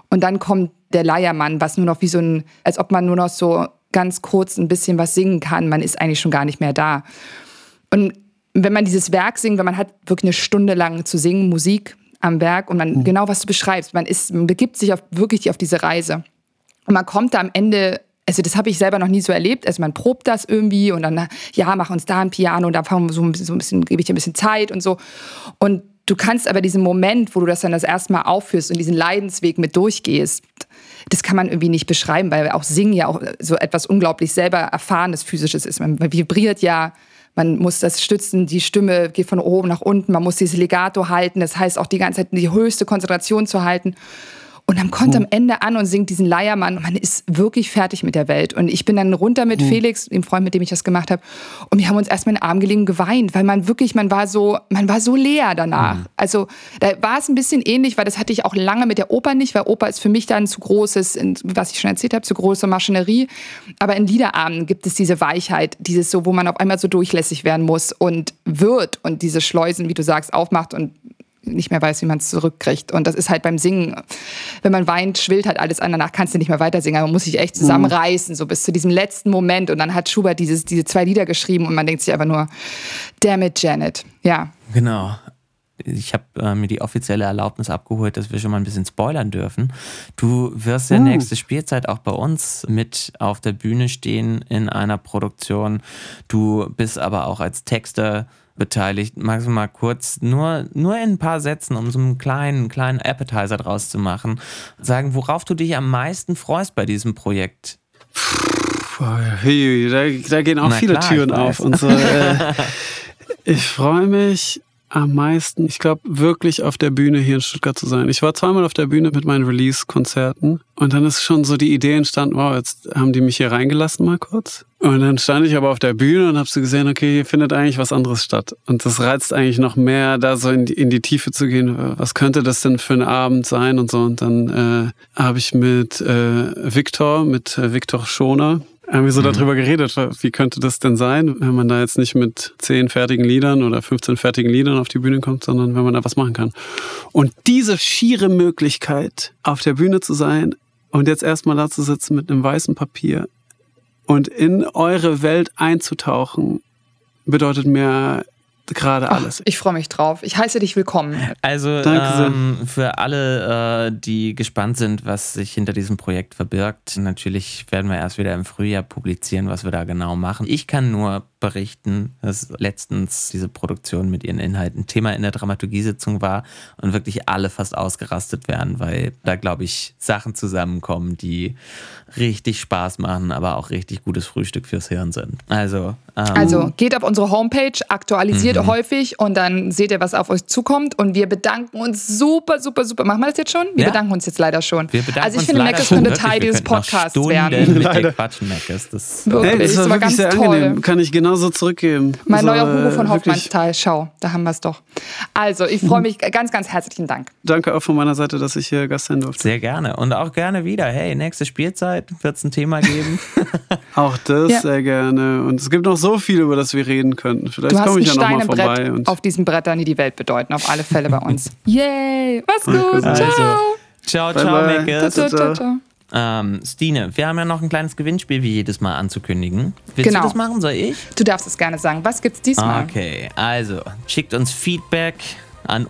Und dann kommt der Leiermann, was nur noch wie so ein, als ob man nur noch so ganz kurz ein bisschen was singen kann. Man ist eigentlich schon gar nicht mehr da. Und wenn man dieses Werk singt, wenn man hat wirklich eine Stunde lang zu singen, Musik am Werk und man genau, was du beschreibst, man begibt sich wirklich auf diese Reise. Und man kommt da am Ende, also das habe ich selber noch nie so erlebt, also man probt das irgendwie und dann, ja, mach uns da ein Piano und da fangen wir so ein bisschen, gebe ich dir ein bisschen Zeit und so. Und du kannst aber diesen Moment, wo du das dann das erste Mal aufführst und diesen Leidensweg mit durchgehst, das kann man irgendwie nicht beschreiben, weil auch Singen ja auch so etwas unglaublich selber Erfahrenes, Physisches ist. Man vibriert ja, man muss das stützen, die Stimme geht von oben nach unten, man muss dieses Legato halten, das heißt auch die ganze Zeit die höchste Konzentration zu halten. Und dann kommt am Ende an und singt diesen Leiermann und man ist wirklich fertig mit der Welt. Und ich bin dann runter mit Felix, dem Freund, mit dem ich das gemacht habe, und wir haben uns erstmal in den Arm gelegen geweint, weil man war so leer danach. Also da war es ein bisschen ähnlich, weil das hatte ich auch lange mit der Oper nicht, weil Oper ist für mich dann zu großes, was ich schon erzählt habe, zu große Maschinerie. Aber in Liederabenden gibt es diese Weichheit, dieses so, wo man auf einmal so durchlässig werden muss und wird und diese Schleusen, wie du sagst, aufmacht und nicht mehr weiß, wie man es zurückkriegt. Und das ist halt beim Singen, wenn man weint, schwillt halt alles an, danach kannst du nicht mehr weiter singen. Man muss sich echt zusammenreißen, so bis zu diesem letzten Moment. Und dann hat Schubert diese 2 Lieder geschrieben und man denkt sich einfach nur, damn it, Janet. Ja. Genau. Ich habe mir die offizielle Erlaubnis abgeholt, dass wir schon mal ein bisschen spoilern dürfen. Du wirst ja nächste Spielzeit auch bei uns mit auf der Bühne stehen in einer Produktion. Du bist aber auch als Texter beteiligt. Magst du mal kurz, nur in ein paar Sätzen, um so einen kleinen Appetizer draus zu machen, sagen, worauf du dich am meisten freust bei diesem Projekt? Da gehen auch viele Türen auf. Und so, ich freue mich am meisten, ich glaube, wirklich auf der Bühne hier in Stuttgart zu sein. Ich war 2-mal auf der Bühne mit meinen Release-Konzerten und dann ist schon so die Idee entstanden, wow, jetzt haben die mich hier reingelassen mal kurz. Und dann stand ich aber auf der Bühne und habe so gesehen, okay, hier findet eigentlich was anderes statt. Und das reizt eigentlich noch mehr, da so in die Tiefe zu gehen. Was könnte das denn für ein Abend sein und so. Und dann habe ich mit Viktor Schoner, haben wir so darüber geredet, wie könnte das denn sein, wenn man da jetzt nicht mit 10 fertigen Liedern oder 15 fertigen Liedern auf die Bühne kommt, sondern wenn man da was machen kann. Und diese schiere Möglichkeit, auf der Bühne zu sein und jetzt erstmal da zu sitzen mit einem weißen Papier und in eure Welt einzutauchen, bedeutet mir gerade alles. Ich freue mich drauf. Ich heiße dich willkommen. Also für alle, die gespannt sind, was sich hinter diesem Projekt verbirgt, natürlich werden wir erst wieder im Frühjahr publizieren, was wir da genau machen. Ich kann nur berichten, dass letztens diese Produktion mit ihren Inhalten Thema in der Dramaturgiesitzung war und wirklich alle fast ausgerastet werden, weil da, glaube ich, Sachen zusammenkommen, die richtig Spaß machen, aber auch richtig gutes Frühstück fürs Hirn sind. Also geht auf unsere Homepage, aktualisiert häufig und dann seht ihr, was auf euch zukommt und wir bedanken uns super, super, super. Machen wir das jetzt schon? Wir bedanken uns jetzt leider schon. Also ich finde, Meckes könnte Teil dieses Podcasts werden. Mit dir quatschen, Meckes. Wirklich, das war ganz sehr toll. Angenehm. Kann ich genauso zurückgeben. Mein neuer Hugo von Hoffmannsthal. Schau, da haben wir es doch. Also, ich freue mich. Ganz, ganz herzlichen Dank. Danke auch von meiner Seite, dass ich hier Gast sein durfte. Sehr gerne. Und auch gerne wieder. Hey, nächste Spielzeit wird es ein Thema geben. Auch das sehr gerne. Und es gibt noch so viel, über das wir reden könnten. Vielleicht komme ich ja nochmal vorbei. Und auf diesen Brettern, die die Welt bedeuten. Auf alle Fälle bei uns. Yay! Mach's gut. Ciao, Meckes. Ciao. Stine, wir haben ja noch ein kleines Gewinnspiel wie jedes Mal anzukündigen. Willst du das machen? Soll ich? Du darfst es gerne sagen. Was gibt's diesmal? Okay, also schickt uns Feedback an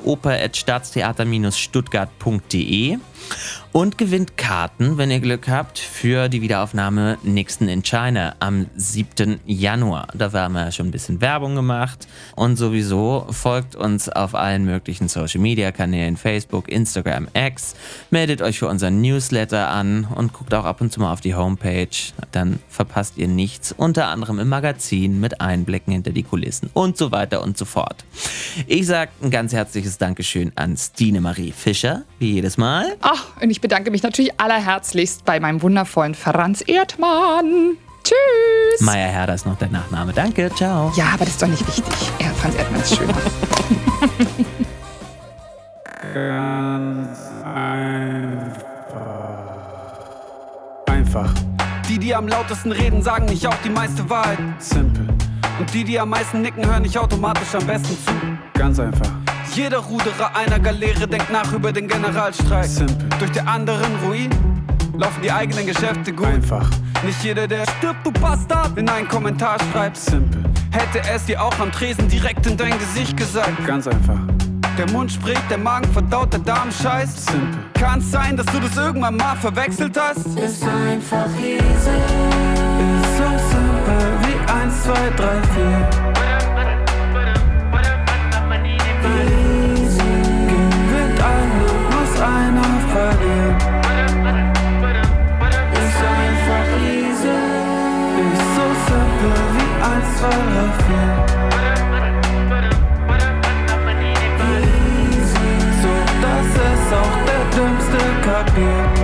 oper@staatstheater-stuttgart.de und gewinnt Karten, wenn ihr Glück habt, für die Wiederaufnahme Nixon in China am 7. Januar. Da haben wir ja schon ein bisschen Werbung gemacht und sowieso folgt uns auf allen möglichen Social-Media-Kanälen, Facebook, Instagram, X, meldet euch für unseren Newsletter an und guckt auch ab und zu mal auf die Homepage. Dann verpasst ihr nichts, unter anderem im Magazin mit Einblicken hinter die Kulissen und so weiter und so fort. Ich sage ein ganz herzliches Dankeschön an Stine Marie Fischer, wie jedes Mal. Ach, und ich bedanke mich natürlich allerherzlichst bei meinem wundervollen Franz Erdmann. Tschüss. Meier Herder ist noch der Nachname. Danke, ciao. Ja, aber das ist doch nicht wichtig. Franz Erdmann ist schöner. Ganz einfach. Die am lautesten reden, sagen nicht auch die meiste Wahrheit. simpel. Und die am meisten nicken, hören nicht automatisch am besten zu. Ganz einfach. Jeder Ruderer einer Galeere denkt nach über den Generalstreik. Simple. Durch die anderen Ruinen laufen die eigenen Geschäfte gut. Einfach. Nicht jeder, der stirbt, du Bastard, in einen Kommentar schreibt. Simple. Hätte es dir auch am Tresen direkt in dein Gesicht gesagt. Ganz einfach. Der Mund spricht, der Magen verdaut, der Darm scheißt. Simple. Kann's sein, dass du das irgendwann mal verwechselt hast? Ist einfach easy. Ist so simpel wie 1, 2, 3, 4. Easy. Gewinnt einer, muss einer verlieren. Ist einfach easy. Ist so simpel wie 1, 2, 3, 4. So, dass es auch der Dümmste kapiert.